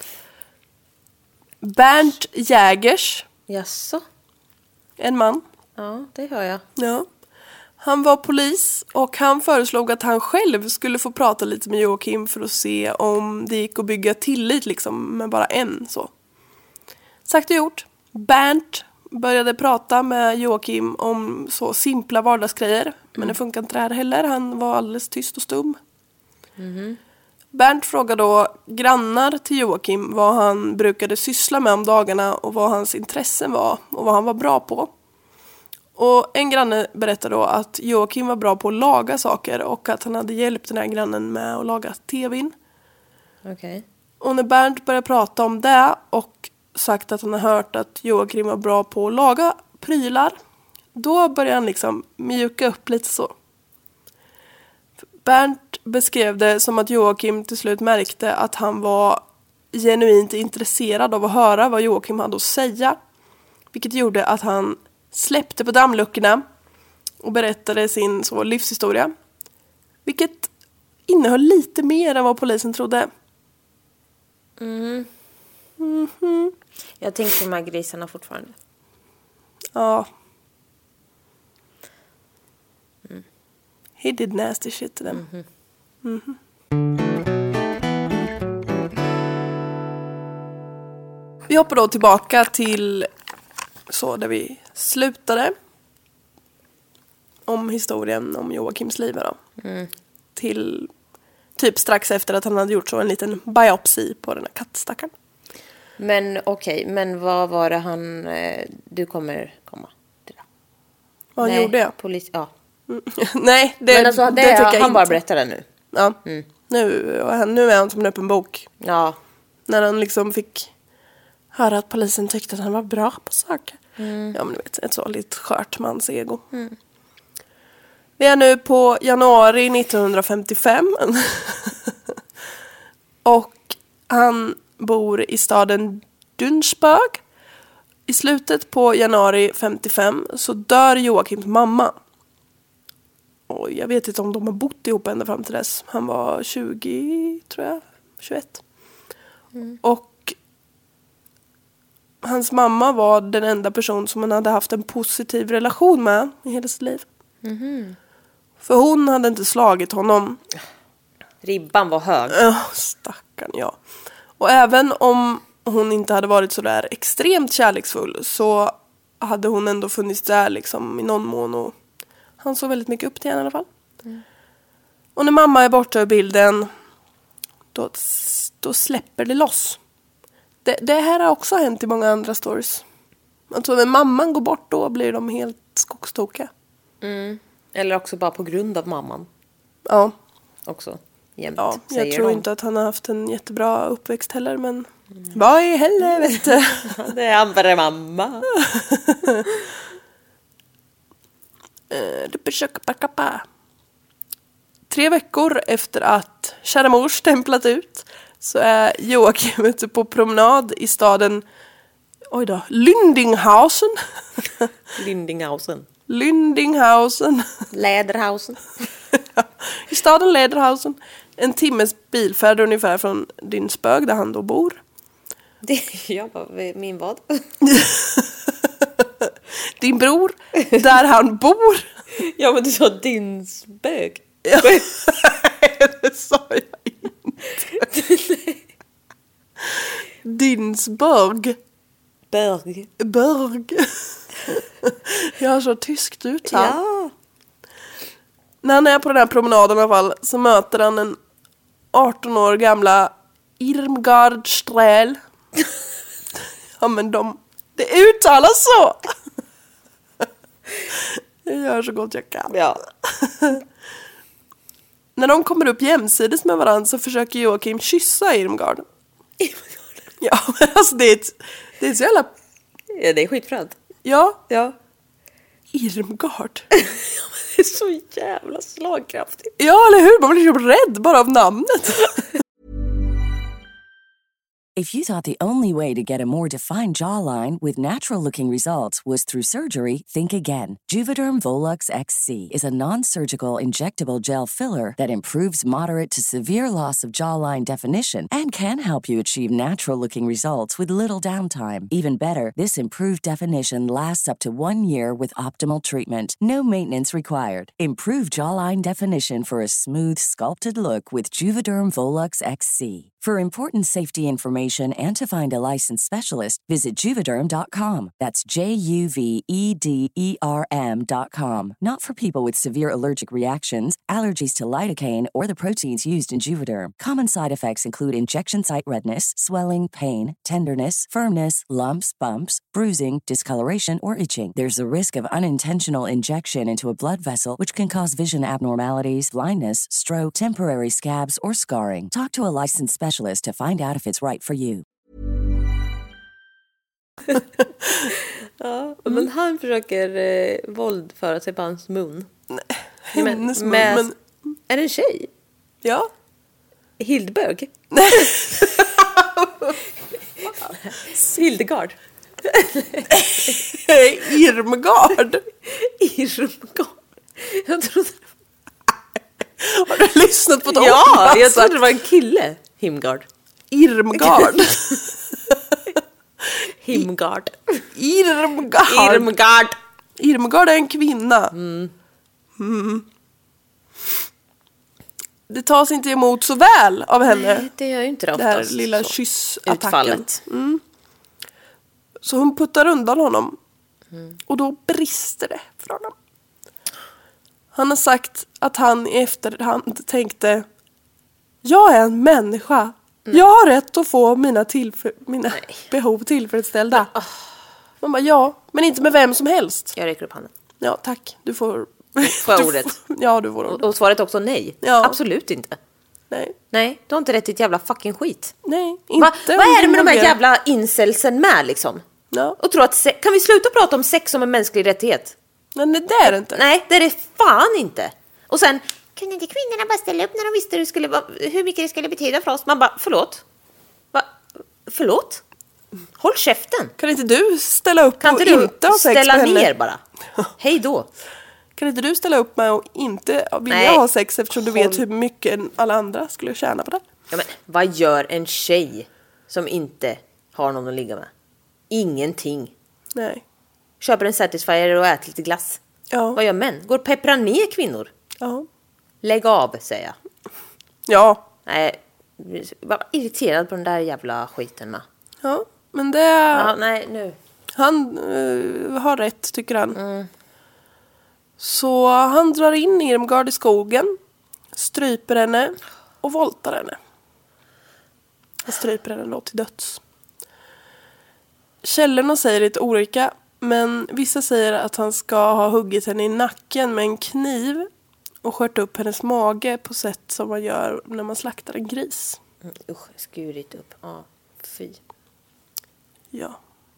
Bernt Jägers, Jaså? en man. Ja, det hör jag. Ja. Han var polis och han föreslog att han själv skulle få prata lite med Joakim för att se om det gick att bygga tillit liksom med bara en så. Sagt och gjort. Bernt började prata med Joakim om så simpla vardagsgrejer. Men det funkar inte det här heller. Han var alldeles tyst och stum. Bernt frågade då grannar till Joakim vad han brukade syssla med om dagarna och vad hans intressen var och vad han var bra på. Och en granne berättade då att Joakim var bra på att laga saker och att han hade hjälpt den här grannen med att laga tvn. Okej. Och när Bernt började prata om det och sagt att han har hört att Joakim var bra på att laga prylar, då började han liksom mjuka upp lite så. Bernt beskrev det som att Joakim till slut märkte att han var genuint intresserad av att höra vad Joakim hade att säga. Vilket gjorde att han släppte på dammluckorna och berättade sin så livshistoria. Vilket innehöll lite mer än vad polisen trodde. Jag tänker på de här grisarna fortfarande. Ja. He did nasty shit to them. Vi hoppar då tillbaka till så där vi slutade. Om historien om Joakims liv då. Till typ strax efter att han hade gjort så en liten biopsi på den här kattstackaren. Men okej, men vad var det han... Du kommer komma till det. Vad gjorde jag? Ja. Nej, det, Men alltså, det tycker jag han inte. bara berättade nu. Ja, nu är han som en öppen bok. Ja. När han liksom fick höra att polisen tyckte att han var bra på saker. Ja, men du vet, ett så lite skört mans ego. Vi är nu på januari 1955. Och han bor i staden Dunsburg. I slutet på januari 55 så dör Joakims mamma. Och jag vet inte om de har bott ihop ända fram till dess. Han var 20, tror jag. 21. Och hans mamma var den enda person som han hade haft en positiv relation med i hela sitt liv. För hon hade inte slagit honom. Ribban var hög. Stackarn, ja. Och även om hon inte hade varit så där extremt kärleksfull så hade hon ändå funnits där liksom i någon mån och han såg väldigt mycket upp till henne i alla fall. Och när mamma är borta ur bilden då släpper det loss. Det här har också hänt i många andra stories. Alltså när mamman går bort då blir de helt skogstokiga. Eller också bara på grund av mamman. Ja. Också. Jämt, Ja, jag säger tror de. inte att han har haft en jättebra uppväxt heller, men vad i helvete? Det är andra mamma. Du försöker packa på. 3 veckor efter att kära mor stämplat ut så är Joakim ute på promenad i staden Lündinghausen. Lündinghausen. Läderhausen. I staden Lederhausen. En timmes bilfärd ungefär från Dunsburg där han då bor. Jag bara, min vad? Din bror, där han bor. Ja, men du sa din spög. Ja, det sa jag inte. Dunsburg. Berg. Jag har så tyskt ut här. Ja. När han är på den här promenaden i alla fall så möter han en 18 år gamla Irmgard Strähl. Ja, men det uttalas så. Jag gör så gott jag kan. Ja. När de kommer upp jämsides med varandra så försöker Joakim kyssa Irmgard. Ja, men alltså det är så jävla... Ja, det är skitfränt. Ja. Ja. Irmgard. Det är så jävla slagkraftigt. Ja, eller hur? Man blir ju rädd bara av namnet. If you thought the only way to get a more defined jawline with natural-looking results was through surgery, think again. Juvederm Volux XC is a non-surgical injectable gel filler that improves moderate to severe loss of jawline definition and can help you achieve natural-looking results with little downtime. Even better, this improved definition lasts up to 1 year with optimal treatment. No maintenance required. Improve jawline definition for a smooth, sculpted look with Juvederm Volux XC. For important safety information and to find a licensed specialist, visit Juvederm.com. That's Juvederm.com. Not for people with severe allergic reactions, allergies to lidocaine, or the proteins used in Juvederm. Common side effects include injection site redness, swelling, pain, tenderness, firmness, lumps, bumps, bruising, discoloration, or itching. There's a risk of unintentional injection into a blood vessel, which can cause vision abnormalities, blindness, stroke, temporary scabs, or scarring. Talk to a licensed specialist to find out if it's right for you. Ja, men han försöker våldföra sig på hans mun. Hennes mun, men... Är det en tjej? Ja. Hildbög? Hildegard. Irmgard. Irmgard. Jag trodde... Har du lyssnat på dem? Ja, jag trodde det var en kille. Himgard. Irmgard. Himgard. Irmgard. Irmgard är en kvinna. Det tas inte emot så väl av henne. Nej, det gör ju inte det här oftast. lilla så. kyssattacken. Utfallet. Så hon puttar undan honom. Och då brister det för honom. Han har sagt att han i efterhand tänkte: jag är en människa. Jag har rätt att få mina behov tillfredsställda. Man bara, ja, men inte med vem som helst. Jag räcker upp handen. Ja, tack. Du får... Får jag ordet? Ja, du får ordet. Och svaret också nej. Ja. Absolut inte. Nej. Nej, du har inte rätt till ett jävla fucking skit. Nej, inte. Vad är det med de här jävla incelsen med liksom? Ja. Och tro att kan vi sluta prata om sex som en mänsklig rättighet? Men det är det inte. Nej, det är det fan inte. Och sen, kunde inte kvinnorna bara ställa upp när de visste hur mycket det skulle betyda för oss? Man bara, förlåt? Förlåt? Håll käften. Kan inte du ställa upp kan och inte inte ha sex ställa med henne? ner bara? Hej då. Kan inte du ställa upp med och inte vilja ha sex eftersom du vet hur mycket alla andra skulle tjäna på det? Ja, men vad gör en tjej som inte har någon att ligga med? Ingenting. Nej. Köper en Satisfyer och äter lite glass. Ja. Vad gör män? Går och pepprar ner kvinnor? Ja. Lägg av, säger jag. Ja. Nej, jag var irriterad på den där jävla skiten med. Ja, men det... Ja, nej, nu. Han har rätt, tycker han. Så han drar in Irmgard i skogen, stryper henne och våldtar henne. Han stryper henne då till döds. Källorna säger lite olika, men vissa säger att han ska ha huggit henne i nacken med en kniv och skört upp hennes mage på sätt som man gör när man slaktar en gris. Usch, skurit upp. Ja, fy. Ja.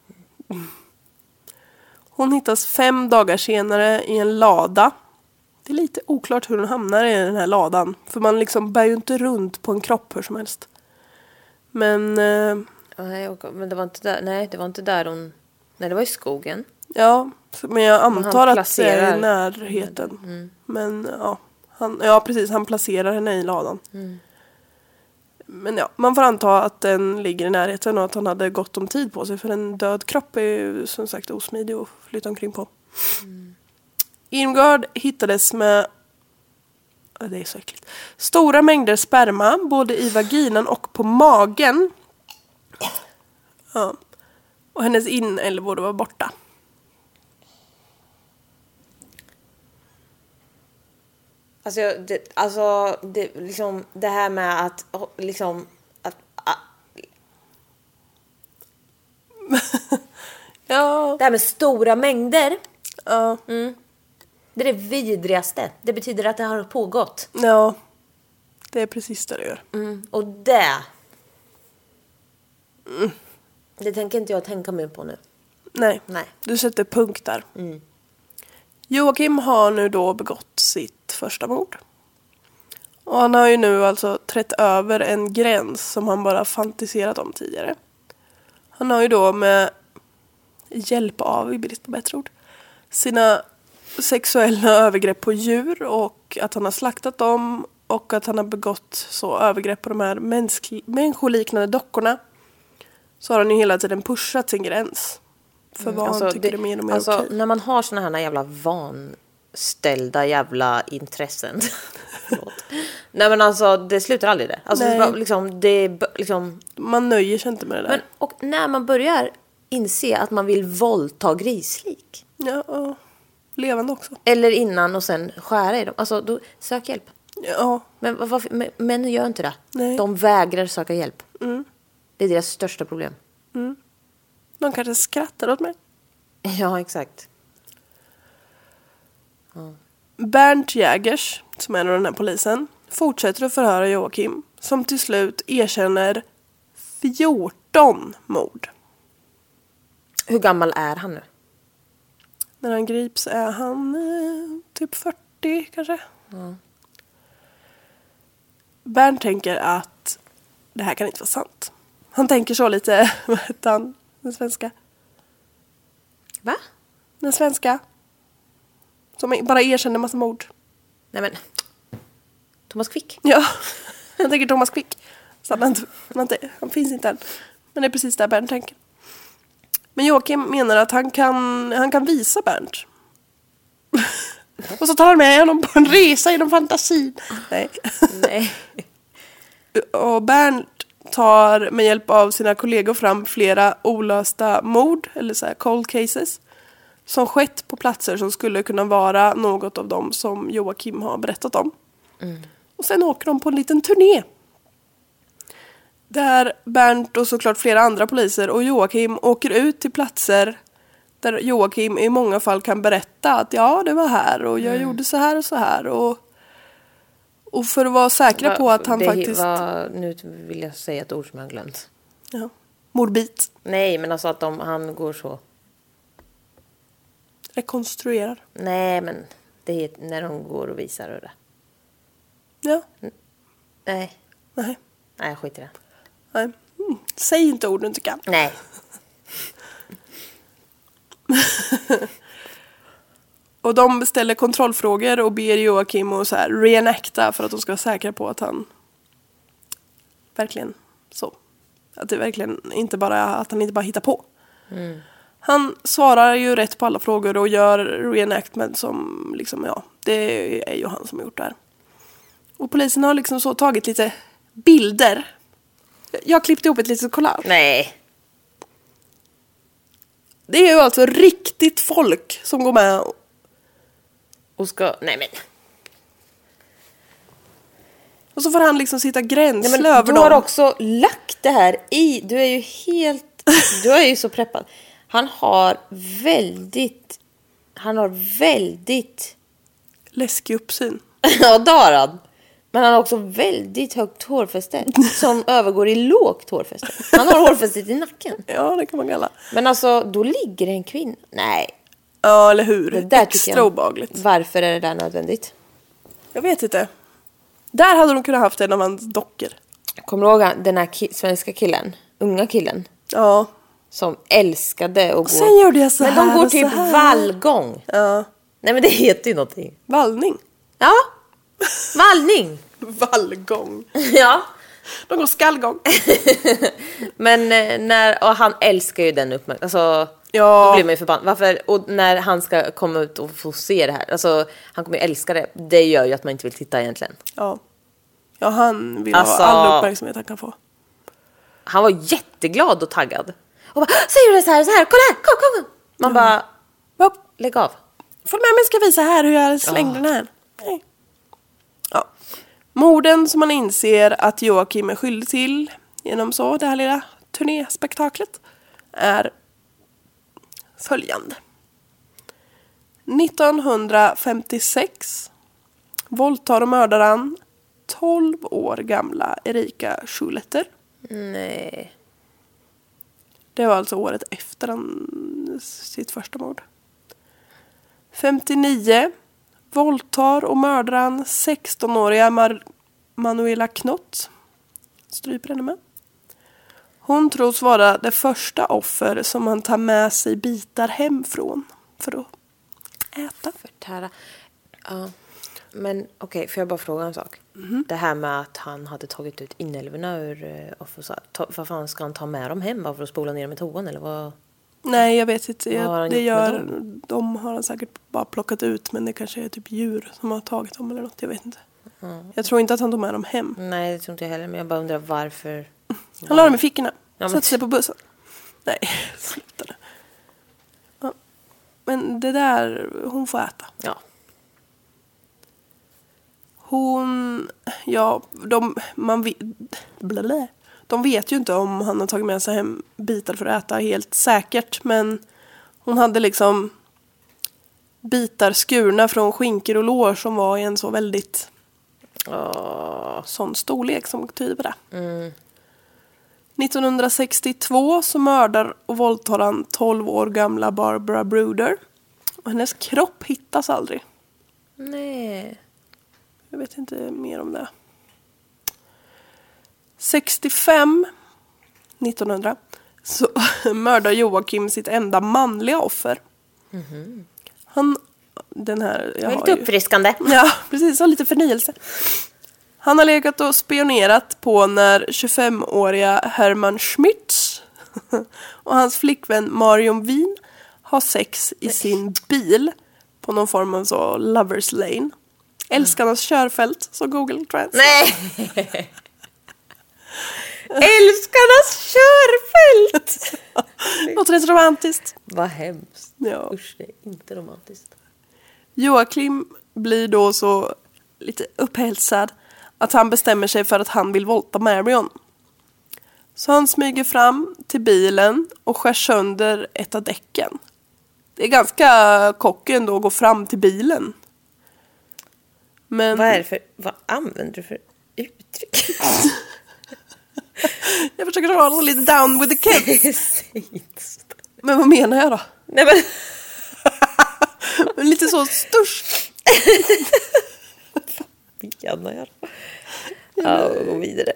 Hon hittas 5 dagar senare i en lada. Det är lite oklart hur hon hamnar i den här ladan. För man liksom bär ju inte runt på en kropp hur som helst. Men... Nej, men det var inte där. Nej, det var inte där hon... Nej, det var i skogen. Ja, men jag antar att det är i placerar... närheten. Men ja, precis. Han placerar henne i ladan. Men ja, man får anta att den ligger i närheten och att han hade gott om tid på sig. För en död kropp är ju som sagt osmidig att flytta omkring på. Irmgard hittades med... Det är så äckligt. Stora mängder sperma, både i vaginan och på magen. Ja. Och hennes inälvor var borta. Liksom det här med att liksom Ja. det här med stora mängder. Ja. Det är det vidrigaste. Det betyder att det har pågått. Ja. Det är precis det gör. Och det tänker inte jag tänka mer på nu. Nej. Du sätter punkt där. Joakim har nu då begått sitt första mord. Och han har ju nu alltså trätt över en gräns som han bara fantiserat om tidigare. Han har ju då med hjälp av, i brist på bättre ord, sina sexuella övergrepp på djur och att han har slaktat dem och att han har begått så övergrepp på de här människoliknande dockorna. Så har han ju hela tiden pushat sin gräns. För vad han tycker är mer och mer okej. När man har såna här jävla vanställda jävla intressen. Nej men alltså det slutar aldrig det. Alltså man nöjer sig inte med det där. Men, och när man börjar inse att man vill våldta grislik. Ja, levande också. Eller innan och sen skära i dem. Alltså då, sök hjälp. Ja. Men män gör inte det. Nej. De vägrar söka hjälp. Det är deras största problem. De kanske skrattar åt mig. Ja, exakt. Bernt Jägers, som är den här polisen, fortsätter att förhöra Joakim, som till slut erkänner 14 mord. Hur gammal är han nu? När han grips är han typ 40 kanske. Bernt tänker att det här kan inte vara sant. Han tänker så lite, vad heter han? Den svenska. Va? Den svenska. Som bara erkänner massa mord. Nej men. Thomas Quick. Ja, han tänker Thomas Quick. Så han finns inte än. Men det är precis där Bernt tänker. Men Joakim menar att han kan visa Bernt. Och så tar han med honom på en resa genom fantasin. Nej. Och Bernt tar med hjälp av sina kollegor fram flera olösta mord, eller så här cold cases, som skett på platser som skulle kunna vara något av dem som Joakim har berättat om. Och sen åker de på en liten turné. Där Bernt och såklart flera andra poliser och Joakim åker ut till platser där Joakim i många fall kan berätta att ja, det var här och jag gjorde så här och så här. Och för att vara säkra på att han faktiskt... Nu vill jag säga ett ord som jag har glömt. Ja. Morbit. Nej, men alltså att han går så... Rekonstruerar. Nej, men det är när de går och visar och det. Ja. Nej, skit i det. Nej. Säg inte orden tycker jag. Nej. Och de beställer kontrollfrågor och ber Joakim att så här reenacta för att de ska vara säkra på att han verkligen så. Att det verkligen inte bara att han inte bara hittar på. Han svarar ju rätt på alla frågor och gör reenactment som liksom, ja, det är ju han som har gjort det här. Och polisen har liksom så tagit lite bilder. Jag klippte ihop ett litet collage. Nej. Det är ju alltså riktigt folk som går med och ska... Nej men... Och så får han liksom sitta gränsle över dem. Du har också lagt det här i... Du är ju helt... Du är ju så preppad. Han har väldigt... läskig uppsyn. Ja, det har han. Men han har också väldigt högt hårfäste som övergår i lågt hårfäste. Han har hårfästet i nacken. Ja, det kan man kalla. Men alltså, då ligger det en kvinna. Nej. Ja, eller hur? Det där extra obehagligt. Varför är det där nödvändigt? Jag vet inte. Där hade de kunnat haft en av hans dockor. Kommer du ihåg den här svenska killen? Unga killen? Ja. Som älskade att gå... Sen gjorde jag så här. Men de går typ vallgång. Ja. Nej, men det heter ju någonting. Vallning. Ja. Vallning. Vallgång. Ja. De går skallgång. Men och han älskar ju den uppmärksamheten. Alltså, ja. Då blir man ju förbannad. Varför? Och när han ska komma ut och få se det här. Alltså, han kommer ju älska det. Det gör ju att man inte vill titta egentligen. Ja. Ja, han vill ha all uppmärksamhet han kan få. Han var jätteglad och taggad. Och bara, säger du det så här? Kolla här, kom. Man bara, lägg av. Följ med mig, ska visa här hur jag slängde den här. Nej. Ja. Morden som man inser att Joakim är skyldig till genom så det här lilla turnéspektaklet är följande. 1956 våldtar och mördar han 12 år gamla Erika Schuletter. Nej. Det var alltså året efter sitt första mord. 59 våldtar och mördar han 16-åriga Manuela Knott. Stryper henne med. Hon tros vara det första offer som han tar med sig bitar hemifrån för att äta. Förtära. Ja. Men okej, får jag bara fråga en sak? Det här med att han hade tagit ut inälvorna ur vad fan ska han ta med dem hem? Bara för att spola ner dem i toan eller vad? Nej, jag vet inte. Vad har han gjort med De har han säkert bara plockat ut, men det kanske är typ djur som har tagit dem eller något, jag vet inte. Jag tror inte att han tog med dem hem. Nej, det tror inte jag heller, men jag bara undrar varför. Han la dem i fickorna. Ja, satte sig på bussen. Nej, sluta det. Ja. Men det där, hon får äta. Ja. De vet ju inte om han har tagit med sig hem bitar för att äta helt säkert. Men hon hade liksom bitar skurna från skinkor och lår som var i en så väldigt sån storlek som tyder på det. 1962 så mördar och våldtar han 12 år gamla Barbara Bruder. Och hennes kropp hittas aldrig. Nej. Jag vet inte mer om det. 1900 så mördar Joakim sitt enda manliga offer. Den här, det är lite uppfriskande. Ja, precis. Så lite förnyelse. Han har legat och spionerat på när 25-åriga Herman Schmitz och hans flickvän Marion Wien har sex i sin bil på någon form av så lovers lane. Älskarnas körfält, så Google Translate. Nej! Älskarnas körfält! Låter rätt romantiskt. Vad hemskt. Ja. Usch, det är inte romantiskt. Joakim blir då så lite upphetsad att han bestämmer sig för att han vill våldta Marion. Så han smyger fram till bilen och skär sönder ett av däcken. Det är ganska kocken då att gå fram till bilen. Men Vad använder du för uttryck? jag försöker vara lite down with the kids. Men vad menar jag då? Nej, men lite så störst. vad menar jag då? Ja, gå vidare.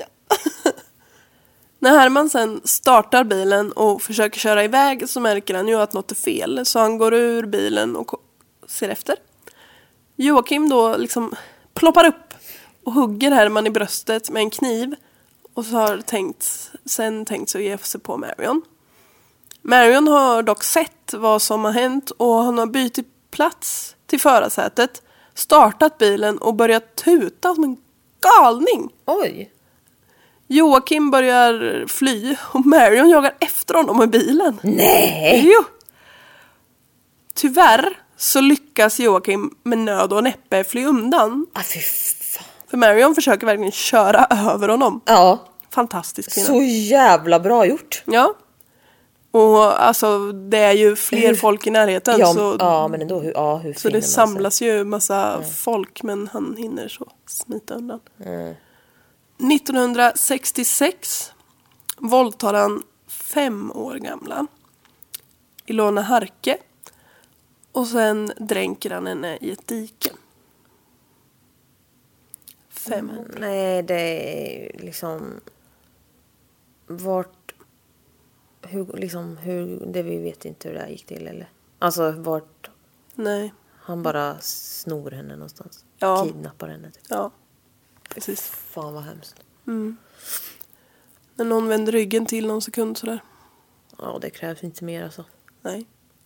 När Herman sen startar bilen och försöker köra iväg så märker han ju att något är fel. Så han går ur bilen och ser efter. Joakim då liksom ploppar upp och hugger Herman i bröstet med en kniv. Och så har sen tänkt sig att ge sig på Marion. Marion har dock sett vad som har hänt och han har bytt plats till förarsätet. Startat bilen och börjat tuta som en galning. Oj. Joakim börjar fly och Marion jagar efter honom i bilen. Nej! Jo! Tyvärr så lyckas Joakim med nöd och näppe fly undan. Fy fan. För Marion försöker verkligen köra över honom. Ja. Fantastisk kvinna. Så jävla bra gjort. Ja. Och alltså det är ju fler folk i närheten. Ja, men ändå hur så det samlas ju massa folk, men han hinner så smita undan. 1966 våldtar han 5 år gamla Ilona Harke och sen dränker han henne i ett dike. 5 år. Nej, det är liksom det vi vet inte hur det här gick till eller. Alltså vart. Nej. Han bara snor henne någonstans. Ja. Kidnappar henne typ. Ja. Precis. Fan vad hemskt. När någon vänder ryggen till någon sekund sådär. Ja, det krävs inte mer alltså. Nej.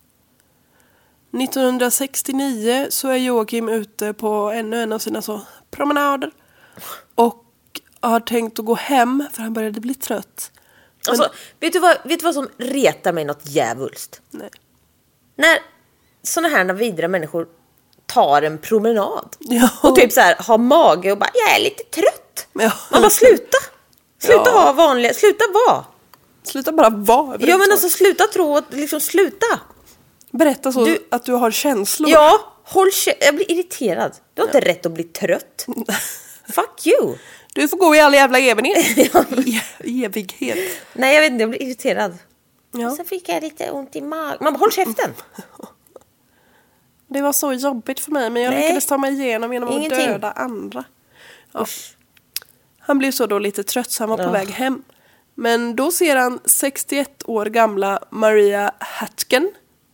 1969 så är Joakim ute på ännu en av sina så promenader. Och har tänkt att gå hem för han började bli trött. Men Alltså, vet du vad som retar mig något djävulskt? nej. När såna här vidriga människor tar en promenad. Ja. Och typ så här, har mage och bara, jag är lite trött. Ja. Man bara, sluta vara vanliga, sluta vara. Sluta bara vara. Ja, men alltså sluta tro att, liksom sluta. Berätta så att du har känslor. Ja, jag blir irriterad. Du har inte rätt att bli trött. Fuck you. Du får gå i all jävla evighet. Nej, jag vet inte, jag blir irriterad. Ja. Och så fick jag lite ont i magen. Man bara, håll käften. Det var så jobbigt för mig, men jag lyckades ta mig igenom genom att döda andra. Ja. Han blev så då lite trött så han var på väg hem. Men då ser han 61 år gamla Maria Hartgen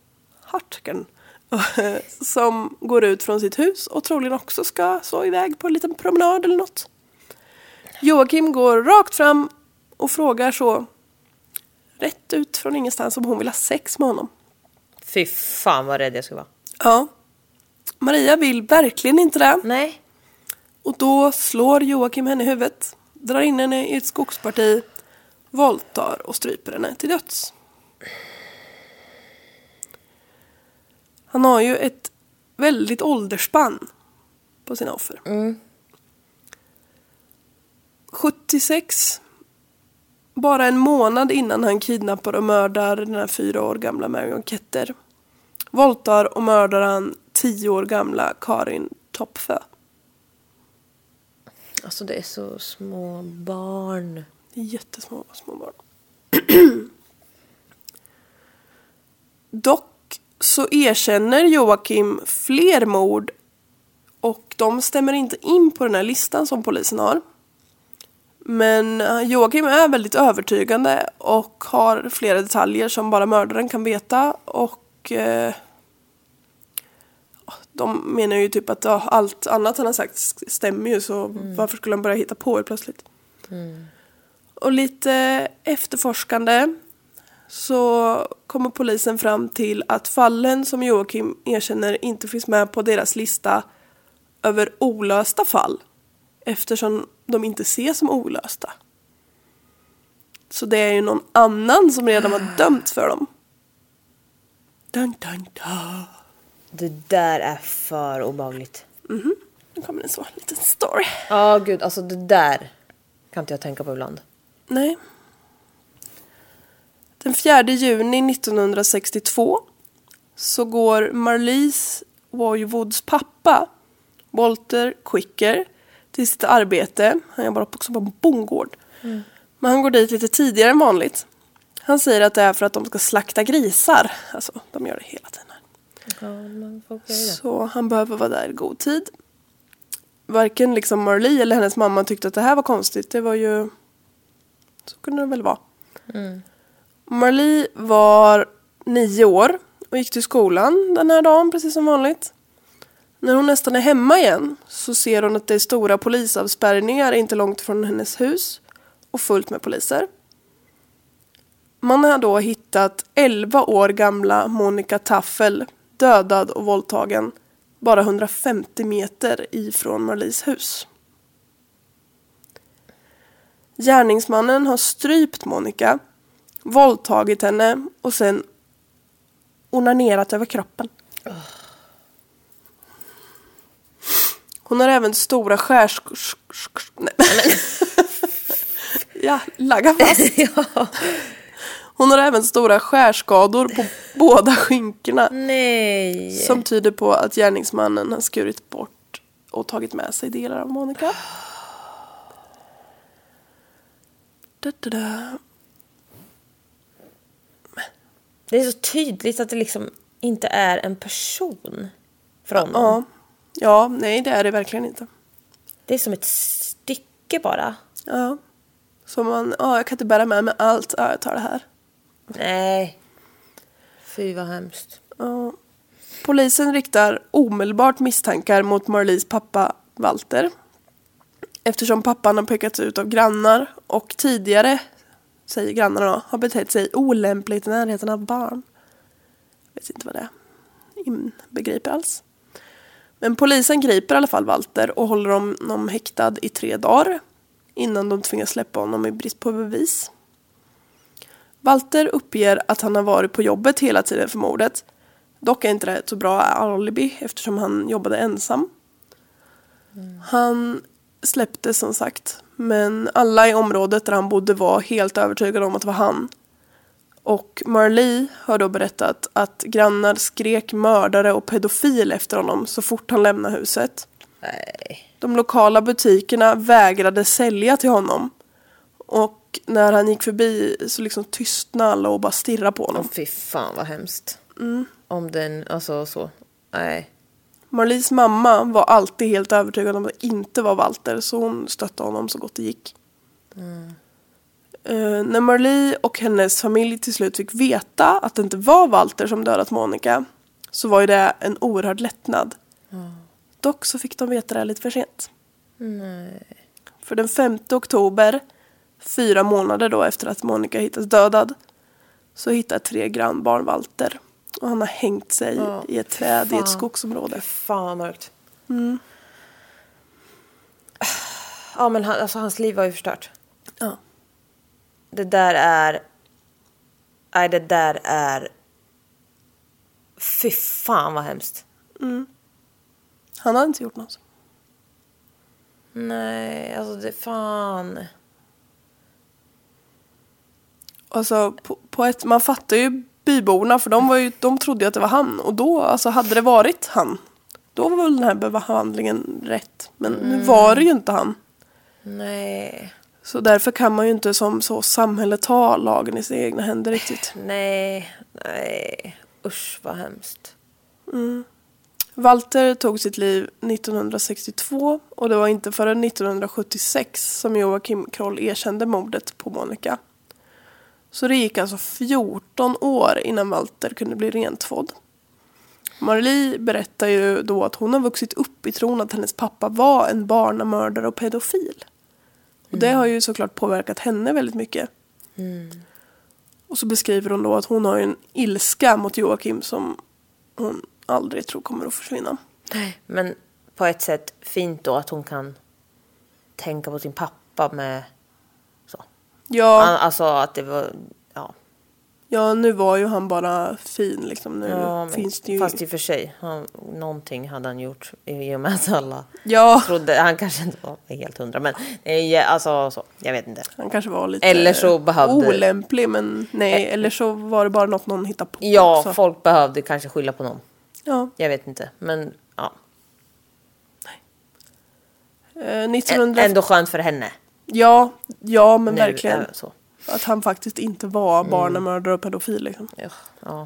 som går ut från sitt hus och troligen också ska så iväg på en liten promenad eller något. Joakim går rakt fram och frågar så rätt ut från ingenstans om hon vill ha sex med honom. Fy fan vad rädd jag ska vara. Ja. Maria vill verkligen inte det. Nej. Och då slår Joakim henne i huvudet, drar in henne i ett skogsparti, våldtar och stryper henne till döds. Han har ju ett väldigt åldersspann på sina offer. 76, bara en månad innan han kidnappar och mördar den här 4 år gamla Marion Ketter, våldtar och mördar han 10 år gamla Karin Topfö. Alltså det är så små barn. Det är jättesmå barn. Dock så erkänner Joakim fler mord och de stämmer inte in på den här listan som polisen har. Men Joakim är väldigt övertygande och har flera detaljer som bara mördaren kan veta. Och de menar ju typ att allt annat han har sagt stämmer ju, så varför skulle han börja hitta på det plötsligt? Och lite efterforskande så kommer polisen fram till att fallen som Joakim erkänner inte finns med på deras lista över olösta fall, eftersom de inte ses som olösta. Så det är ju någon annan som redan var dömt för dem. Dun, dun, dun. Det där är för obehagligt. Nu kommer en så liten story. Ja, gud, alltså det där kan inte jag tänka på ibland. Nej. Den 4 juni 1962 så går Marlies Wojwoods pappa, Walter Quicker, till sitt arbete. Han jobbar också på en bondgård. Men han går dit lite tidigare än vanligt. Han säger att det är för att de ska slakta grisar. Alltså, de gör det hela tiden. Så han behöver vara där i god tid. Varken liksom Marlie eller hennes mamma tyckte att det här var konstigt. Det var ju... Så kunde det väl vara. Marlie var 9 år och gick till skolan den här dagen precis som vanligt. När hon nästan är hemma igen så ser hon att det är stora polisavspärrningar inte långt från hennes hus och fullt med poliser. Man har då hittat 11 år gamla Monica Taffel dödad och våldtagen bara 150 meter ifrån Marlies hus. Gärningsmannen har strypt Monica, våldtagit henne och sen onanerat över kroppen. Hon har även stora Ja, lagga fast. Ja. Hon har även stora skärskador på båda skinkorna. Nej. Som tyder på att gärningsmannen har skurit bort och tagit med sig delar av Monica. Det är så tydligt att det liksom inte är en person från honom. Ja, nej det är det verkligen inte. Det är som ett stycke bara. Ja. Så man, jag kan inte bära med mig allt. Ja, jag tar det här. Nej. Fy vad hemskt. Ja. Polisen riktar omedelbart misstankar mot Marlies pappa Walter. Eftersom pappan har pekats ut av grannar och tidigare, säger grannarna då, har betett sig olämpligt i närheten av barn. Jag vet inte vad det inbegriper alls. Men polisen griper i alla fall Walter och håller honom häktad i 3 dagar innan de tvingas släppa honom i brist på bevis. Walter uppger att han har varit på jobbet hela tiden för mordet, Dock är inte det ett så bra alibi eftersom han jobbade ensam. Han släpptes som sagt. Men alla i området där han bodde var helt övertygade om att det var han. Och Marlee har då berättat att grannar skrek mördare och pedofil efter honom så fort han lämnade huset. Nej. De lokala butikerna vägrade sälja till honom. Och när han gick förbi så liksom tystnade alla och bara stirrade på honom. Fy fan vad hemskt. Om den, alltså så. Nej. Marlees mamma var alltid helt övertygad om att det inte var Walter. Så hon stöttade honom så gott det gick. När Marlee och hennes familj till slut fick veta att det inte var Walter som dödat Monica. Så var ju det en oerhörd lättnad. Dock så fick de veta det lite för sent. Nej. För den 5 oktober, 4 månader då efter att Monica hittades dödad, så hittade 3 grannbarn Walter. Och han har hängt sig i ett träd i ett skogsområde. Fan vad mörkt. Ja men hans liv var ju förstört. Ja. Det där är fy fan vad hemskt. Han hade inte gjort något. Nej, alltså det fan. Alltså på ett, man fattar ju byborna för de trodde ju att det var han. Och då, alltså hade det varit han, då var väl den här behandlingen rätt. Men nu var det ju inte han. Nej. Så därför kan man ju inte som så samhället ta lagen i sina egna händer riktigt. Nej. Usch vad hemskt. Walter tog sitt liv 1962 och det var inte förrän 1976 som Joakim Kroll erkände mordet på Monica. Så det gick alltså 14 år innan Walter kunde bli rentvådd. Marlee berättar ju då att hon har vuxit upp i tron att hennes pappa var en barnamördare och pedofil. Och det har ju såklart påverkat henne väldigt mycket. Och så beskriver hon då att hon har en ilska mot Joakim som hon aldrig tror kommer att försvinna. Men på ett sätt fint då att hon kan tänka på sin pappa med så. Ja. Alltså att det var, Ja, nu var ju han bara fin liksom. Nu finns det ju... Fast i och för sig, någonting hade han gjort i och med att alla trodde, han kanske inte var helt 100, men alltså så, jag vet inte. Han kanske var lite eller så behövde... olämplig, men nej, eller så var det bara någon hittade på. Ja, också. Folk behövde kanske skylla på någon. Ja. Jag vet inte, men ja. Nej. Ändå skönt för henne. Ja, men nu, verkligen. Så. Att han faktiskt inte var barnamördare och pedofil liksom. Ja.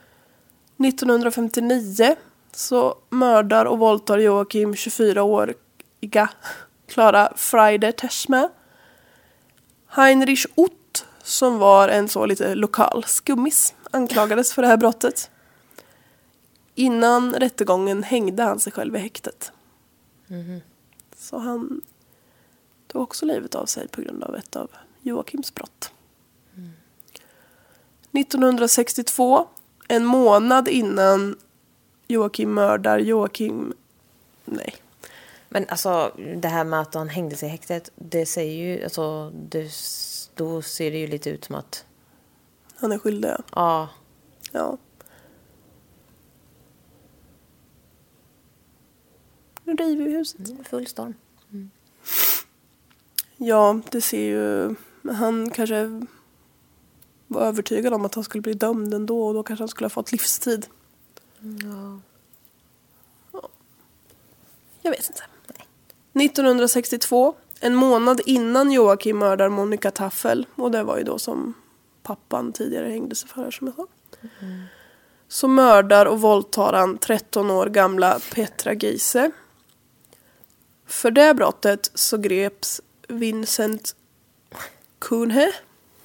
1959 så mördar och våldtar Joakim 24-åriga Clara Friede Teschme. Heinrich Ott, som var en så lite lokal skummis, anklagades för det här brottet. Innan rättegången hängde han sig själv i häktet. Så han tog också livet av sig på grund av ett av Joakims brott. 1962, en månad innan Joakim mördar Joakim... Nej. Men alltså, det här med att han hängde sig i häktet, det säger ju, alltså, då ser det ju lite ut som att... Han är skyldig. Ja. Nu river vi huset. Full storm. Ja, det ser ju... Han kanske var övertygad om att han skulle bli dömd ändå. Och då kanske han skulle ha fått livstid. Ja. Jag vet inte. Nej. 1962, en månad innan Joakim mördar Monica Taffel. Och det var ju då som pappan tidigare hängde sig för, som jag sa. Så mördar och våldtar han 13 år gamla Petra Giese. För det brottet så greps Vincent Kuhne,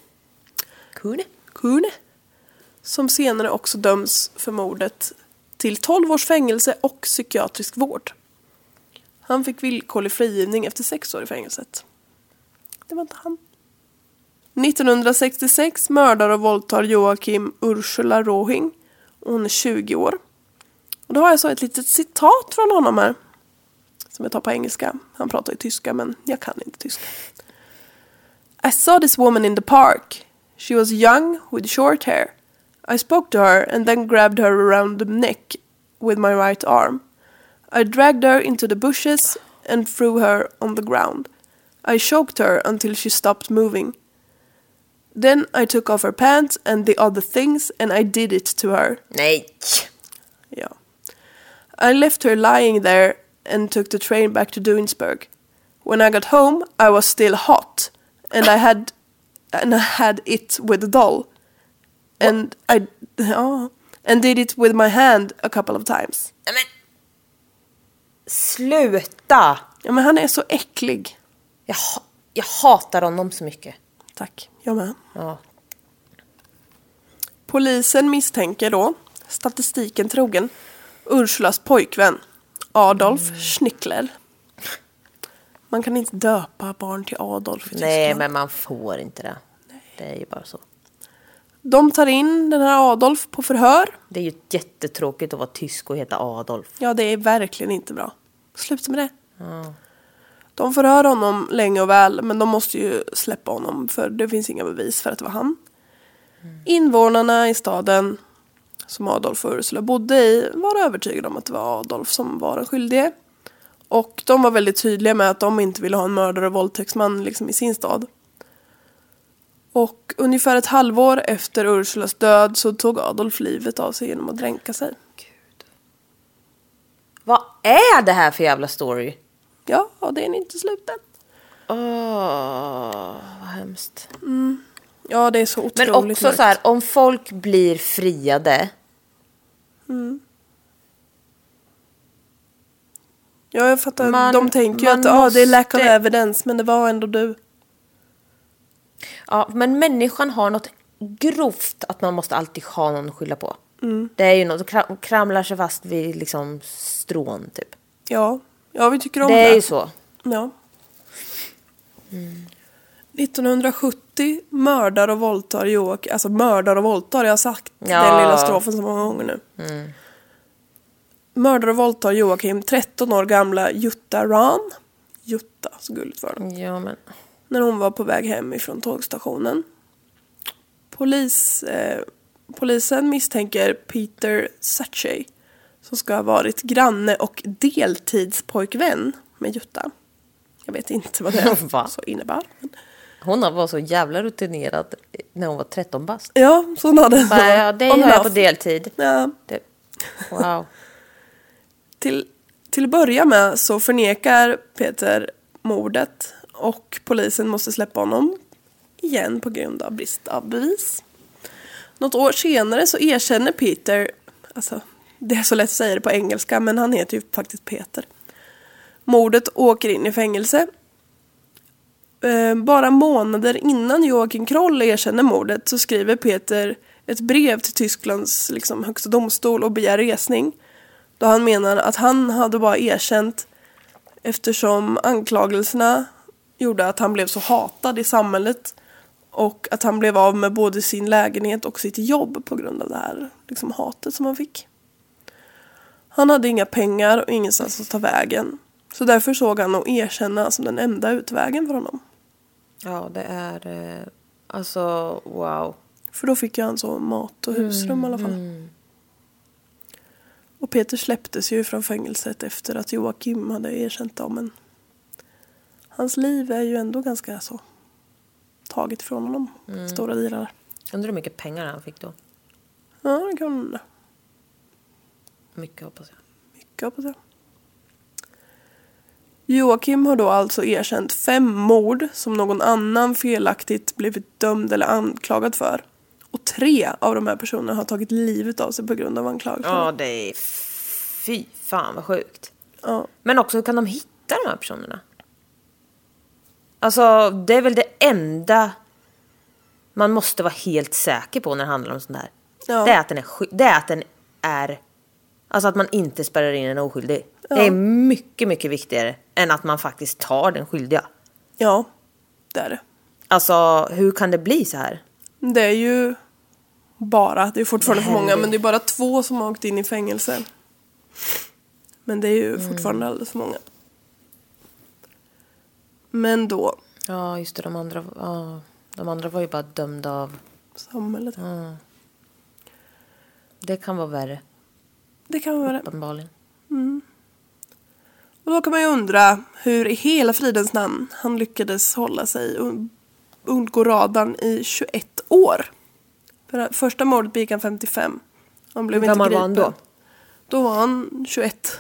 som senare också döms för mordet till 12 års fängelse och psykiatrisk vård. Han fick villkorlig frigivning efter 6 år i fängelset. Det var inte han. 1966 mördar och våldtar Joakim Ursula Rohing. Hon är 20 år. Och då har jag så ett litet citat från honom här. Som jag tar på engelska. Han pratar ju tyska, men jag kan inte tyska. I saw this woman in the park. She was young with short hair. I spoke to her and then grabbed her around the neck with my right arm. I dragged her into the bushes and threw her on the ground. I choked her until she stopped moving. Then I took off her pants and the other things and I did it to her. Nej. Yeah. I left her lying there and took the train back to Duisburg. When I got home, I was still hot and I had it with a doll. And and did it with my hand a couple of times. Men sluta. Ja, men han är så äcklig. Jag hatar honom så mycket. Tack, jag med. Ja. Polisen misstänker då, statistiken trogen, Ursulas pojkvän, Adolf Schnickler. Man kan inte döpa barn till Adolf i Tyskland. Nej, men man får inte det. Nej. Det är ju bara så. De tar in den här Adolf på förhör. Det är ju jättetråkigt att vara tysk och heta Adolf. Ja, det är verkligen inte bra. Sluta med det. Ja. De förhör honom länge och väl, men de måste ju släppa honom för det finns inga bevis för att det var han. Invånarna i staden som Adolf och Ursula bodde i var övertygade om att det var Adolf som var den skyldige. Och de var väldigt tydliga med att de inte ville ha en mördare och våldtäktsman liksom i sin stad. Och ungefär ett halvår efter Ursulas död så tog Adolf livet av sig genom att dränka sig. Gud. Vad är det här för jävla story? Ja, och det är inte slutet. Vad hemskt. Ja, det är så otroligt Men också mörkt. så här, om folk blir friade. Ja, jag fattar. De tänker ju att det är lack of evidence, men det var ändå du. Ja, men människan har något grovt att man måste alltid ha någon att skylla på. Det är ju något, kramlar sig fast vid liksom strån typ. Ja, vi tycker om det. Det är ju så. Ja. 1970 mördar och våldtar Joakim. Alltså mördar och våldtar, jag har sagt den lilla strofen så många gånger nu. Mördar och våldtar Joakim 13 år gamla Jutta Rahn. Jutta, så gulligt för dem. Ja, men... När hon var på väg hem ifrån tågstationen. Polisen misstänker Peter Satchay, som ska ha varit granne och deltidspojkvän med Jutta. Jag vet inte vad det så innebär. Men... Hon var så jävla rutinerad när hon var 13 bast. Ja, så hon hade... Ja, det har jag på deltid. Ja. Wow. Till att börja med så förnekar Peter mordet och polisen måste släppa honom igen på grund av brist av bevis. Något år senare så erkänner Peter, alltså det är så lätt att säga det på engelska men han heter ju faktiskt Peter. Mordet åker in i fängelse. Bara månader innan Joakim Kroll erkänner mordet så skriver Peter ett brev till Tysklands liksom, högsta domstol och begär resning. Då han menar att han hade bara erkänt eftersom anklagelserna gjorde att han blev så hatad i samhället och att han blev av med både sin lägenhet och sitt jobb på grund av det här liksom, hatet som han fick. Han hade inga pengar och ingenstans att ta vägen. Så därför såg han att erkänna som den enda utvägen för honom. Ja, det är... alltså, wow. För då fick han så mat och husrum i alla fall. Och Peter släpptes ju från fängelset efter att Joakim hade erkänt dem. Men hans liv är ju ändå ganska så taget från honom. Stora delar. Undrar hur mycket pengar han fick då? Ja, det kan man undra. Mycket hoppas jag. Mycket hoppas jag. Joakim har då alltså erkänt 5 mord som någon annan felaktigt blivit dömd eller anklagad för. Och 3 av de här personerna har tagit livet av sig på grund av anklagelser. Ja, det är... Fy fan vad sjukt. Ja. Men också kan de hitta de här personerna? Alltså, det är väl det enda man måste vara helt säker på när det handlar om sånt här. Ja. Det är att den är... Alltså att man inte spärrar in en oskyldig. Ja. Det är mycket, mycket viktigare än att man faktiskt tar den skyldiga. Ja, det är det. Alltså, hur kan det bli så här? Det är ju bara, det är fortfarande för många, men det är bara 2 som har åkt in i fängelse. Men det är ju fortfarande alldeles för många. Men då... Ja, just det, de andra var ju bara dömda av... samhället. Det kan vara värre. Det kan vara värre. Uppenbarligen. Och då kan man ju undra hur i hela fridens namn han lyckades hålla sig och undgå radarn i 21 år. För första mordet begick han 55. Han blev Hur inte gammal gripen. var han då? Då var han 21.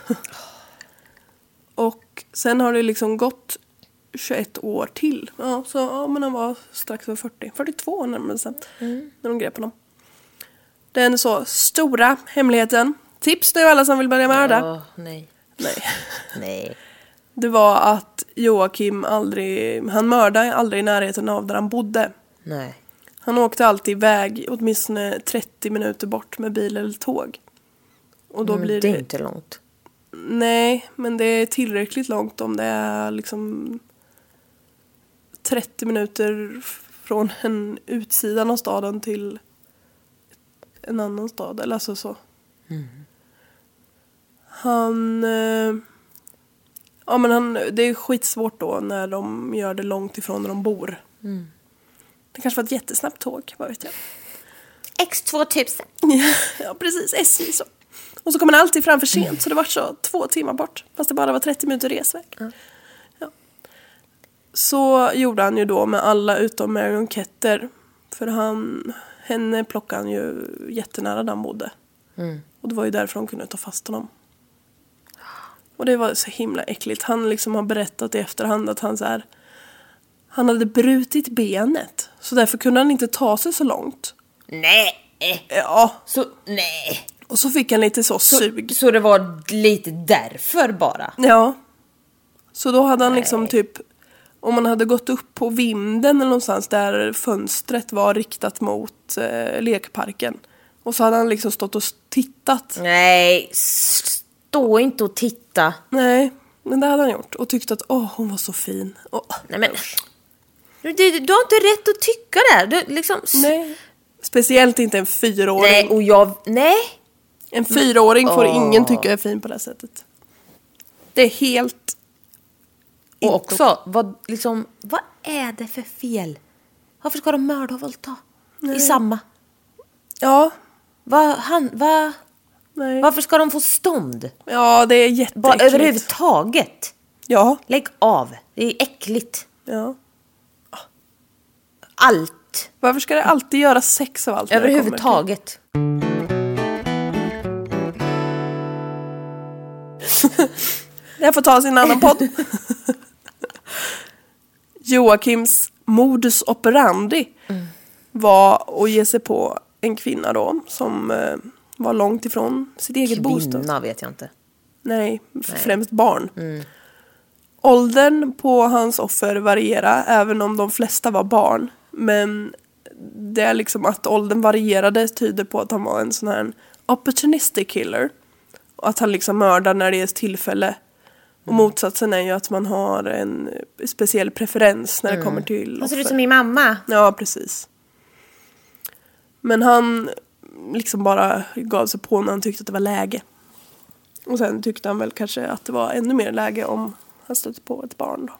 Och sen har det liksom gått 21 år till. Ja, så men han var strax över 40. 42 närmare sig när de grep honom. Den så stora hemligheten. Tips till alla som vill börja mörda. Nej. Nej. Det var att Joakim han mördade aldrig i närheten av där han bodde. Nej. Han åkte alltid iväg åtminstone 30 minuter bort med bil eller tåg. Och då blir det är inte långt. Nej, men det är tillräckligt långt om det är liksom 30 minuter från en utsidan av staden till en annan stad. Eller alltså så. Det är skitsvårt då när de gör det långt ifrån där de bor. Det kanske var ett jättesnabbt tåg, vad vet jag. X2000. Ja, precis. SJ så. Och så kom han alltid fram för sent, så det var så 2 timmar bort. Fast det bara var 30 minuter resväg. Ja. Så gjorde han ju då med alla utom Marion Ketter. För henne plockade han ju jättenära där han bodde. Och det var ju därför de kunde ta fast honom. Och det var så himla äckligt. Han liksom har berättat i efterhand att han hade brutit benet. Så därför kunde han inte ta sig så långt. Nej. Ja. Nej. Och så fick han lite så sug. Så det var lite därför bara? Ja. Så då hade han liksom typ, om man hade gått upp på vinden eller någonstans där fönstret var riktat mot lekparken. Och så hade han liksom stått och tittat. Nej, stå inte och titta. Nej, men det hade han gjort. Och tyckte att hon var så fin. Nej, men du har inte rätt att tycka det. Du, liksom... Nej. Speciellt inte en 4-åring. Nej, En 4-åring får ingen tycka är fin på det sättet. Det är helt... Och också, vad är det för fel? Varför ska de mörda och våldta? I samma? Ja. Nej. Varför ska de få stånd? Ja, det är jätteäckligt. Bara överhuvudtaget. Ja. Lägg av. Det är äckligt. Ja. Allt. Varför ska det alltid göra sex av allt? Överhuvudtaget. Jag får ta sin annan podd. Joakims modus operandi var att ge sig på en kvinna då som var långt ifrån sitt eget bostad. Kvinna vet jag inte. Nej, främst barn. Åldern på hans offer varierar, även om de flesta var barn. Men det är liksom att åldern varierade tyder på att han var en sån här opportunistic killer. Och att han liksom mördar när det ges tillfälle. Och motsatsen är ju att man har en speciell preferens när det kommer till offer. Han ser ut som min mamma. Ja, precis. Men han liksom bara gav sig på när han tyckte att det var läge. Och sen tyckte han väl kanske att det var ännu mer läge om han stötte på ett barn då.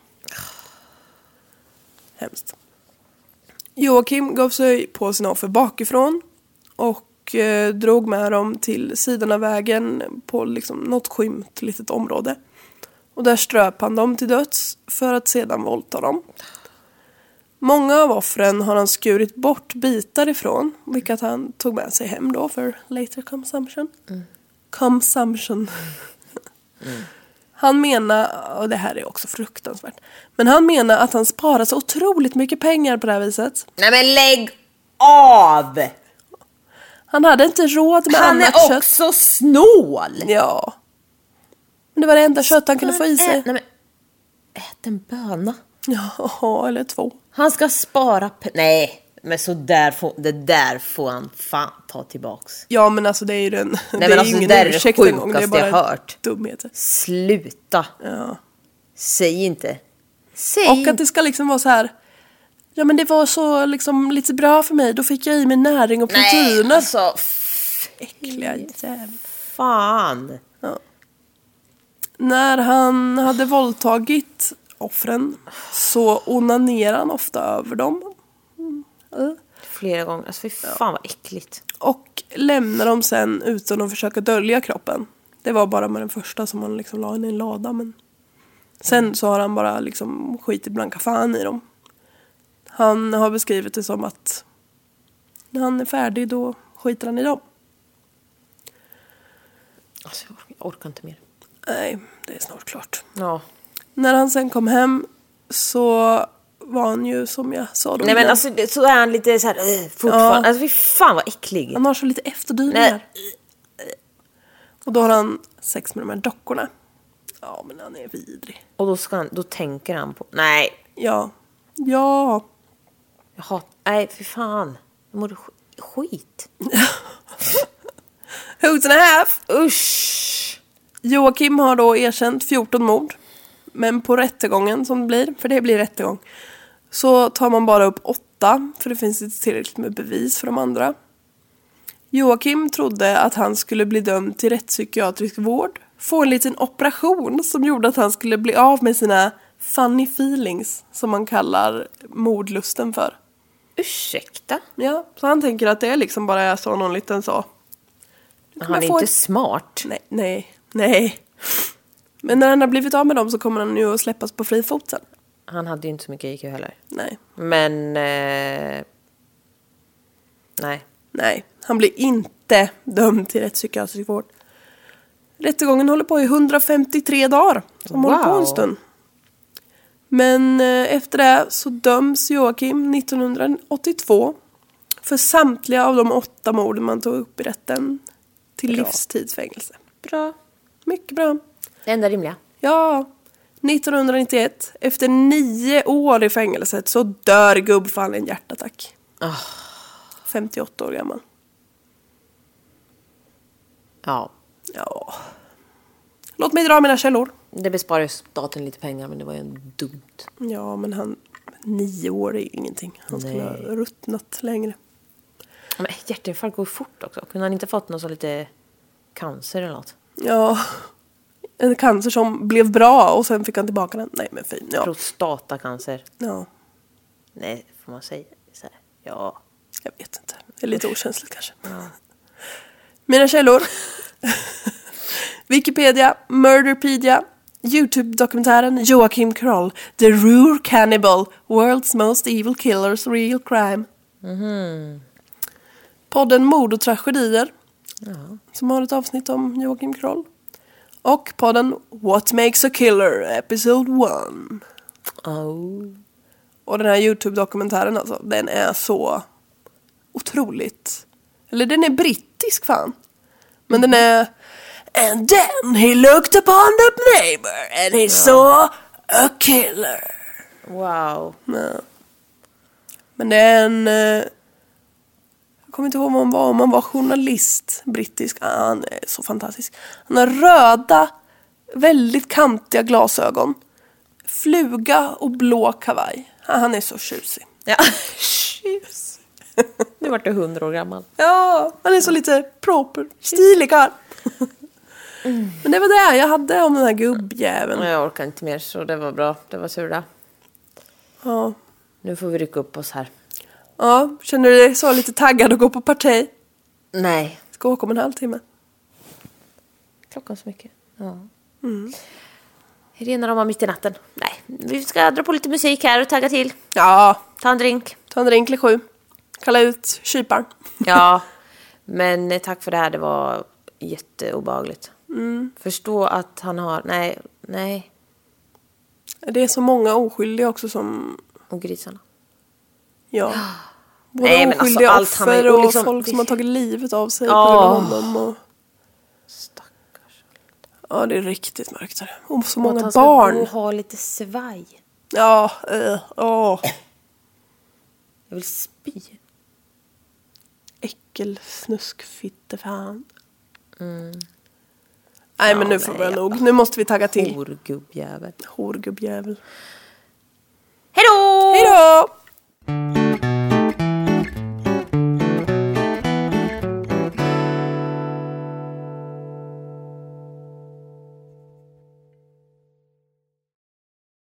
Hemskt. Joakim gav sig på sina offer bakifrån och drog med dem till sidan av vägen på liksom något skymt litet område. Och där ströp han dem till döds för att sedan våldta dem. Många av offren har han skurit bort bitar ifrån, vilket han tog med sig hem då för later consumption. Han menar, och det här är också fruktansvärt, men han menar att han sparar så otroligt mycket pengar på det här viset. Nej men lägg av! Han hade inte råd med annat kött. Han är också snål! Ja. Men det var det enda kött han kunde få i sig. Nej men, ät en böna. Ja, eller 2. Han ska spara nej, men så det där får han fan ta tillbaks. Ja, men alltså det är ju den. Nej, det men är alltså, ingen det där är ursäkt det en gång. Det är sjukaste bara jag hört. dumheter. Sluta. Ja. Säg inte. Säg. Och att det ska liksom vara så här. Ja, men det var så liksom lite bra för mig. Då fick jag i mig näring och proteiner. Nej, alltså. Äckliga jävlar. Fan. Ja. När han hade våldtagit offren så onanerade han ofta över dem. Flera gånger. Alltså fy fan vad äckligt. Och lämnar dem sen utan att försöka dölja kroppen. Det var bara med den första som han liksom la in i en lada. Men sen så har han bara liksom skitit blanka fan i dem. Han har beskrivit det som att när han är färdig då skiter han i dem. Alltså jag orkar inte mer. Nej, det är snart klart. Ja. När han sen kom hem så var han ju som jag sa då. Nej men alltså så är han lite så här fortfarande. Ja. Alltså fy fan vad äcklig. Han har så lite efterdyningar. Och då har han sex med de här dockorna. Ja, men han är vidrig. Och då tänker han på... Nej. Ja. Nej, för fan. Jag mår skit. Hoot and a half. Usch. Joakim har då erkänt 14 mord. Men på rättegången som det blir, för det blir rättegång, så tar man bara upp 8. För det finns inte tillräckligt med bevis för de andra. Joakim trodde att han skulle bli dömd till rättspsykiatrisk vård. Få en liten operation som gjorde att han skulle bli av med sina funny feelings. Som man kallar mordlusten för. Ursäkta? Ja, så han tänker att det liksom bara är så någon liten så. Han är inte smart. Nej. Men när han har blivit av med dem så kommer han ju att släppas på fri fot sen. Han hade ju inte så mycket IQ heller. Nej. Men... Nej. Han blir inte dömd till rättspsykiatrisk vård. Rättegången håller på i 153 dagar. Som håller på en stund. Men efter det så döms Joakim 1982 för samtliga av de 8 morden man tog upp i rätten till livstidsfängelse. Bra. Mycket bra. Det enda rimliga. Ja. 1991, efter 9 år i fängelset, så dör gubbfall en hjärtattack. 58 år gammal. Ja. Låt mig dra mina källor. Det besparar ju staten lite pengar, men det var ju dumt. Ja, men 9 år är ingenting. Han skulle ha ruttnat längre. Men hjärtinfarkt går fort också. Kunde han inte fått någon så lite cancer eller något? Ja, en cancer som blev bra och sen fick han tillbaka den. Nej, men fin. Ja. Prostatacancer. Ja. Nej, får man säga så här? Ja. Jag vet inte. Det är lite okänsligt kanske. Ja. Mina källor. Wikipedia, Murderpedia, YouTube-dokumentären Joakim Kroll, The Ruhr Cannibal, World's Most Evil Killers, Real Crime. Podden Mord och tragedier, som har ett avsnitt om Joakim Kroll. Och podden What Makes a Killer, Episode 1. Och den här YouTube-dokumentären alltså, den är så otroligt. Eller den är brittisk fan. Men den är... And then he looked upon the neighbor and he saw a killer. Wow. Ja. Men det är en... jag kommer inte ihåg vad om man var journalist brittisk. Han är så fantastisk. Han har röda, väldigt kantiga glasögon. Fluga och blå kavaj. Han är så tjusig. Ja, tjusig. Nu vart du 100 år gammal. Ja, han är så lite proper. Stilig karl. Men det var det jag hade om den här gubbjäveln. Jag orkar inte mer, så det var bra. Det var sur. Ja. Nu får vi rycka upp oss här. Ja, känner du dig så lite taggad att gå på parti? Nej. Ska åka om en halvtimme. Klockan så mycket. Ja. Rena rama mitt i natten. Nej, vi ska dra på lite musik här och tagga till. Ja. Ta en drink. Ta en drink eller 7. Kalla ut kyparen. Ja, men tack för det här. Det var jätteobehagligt. Förstå att han har... Nej. Det är så många oskyldiga också som... Och grisarna. Ja. Både Nej, men oskyldiga alltså, allt offer och och liksom... folk som har tagit livet av sig på grund av honom. Och... Stackars. Ja, det är riktigt mörkt där. Och så Och många han ska barn. gå och ha lite svaj. Ja, Jag vill spy. Äckel, snusk, fitte, fan. Nej, men nu får vi nog. Nu måste vi tagga till. Horgubbjävel. Horgubbjävel.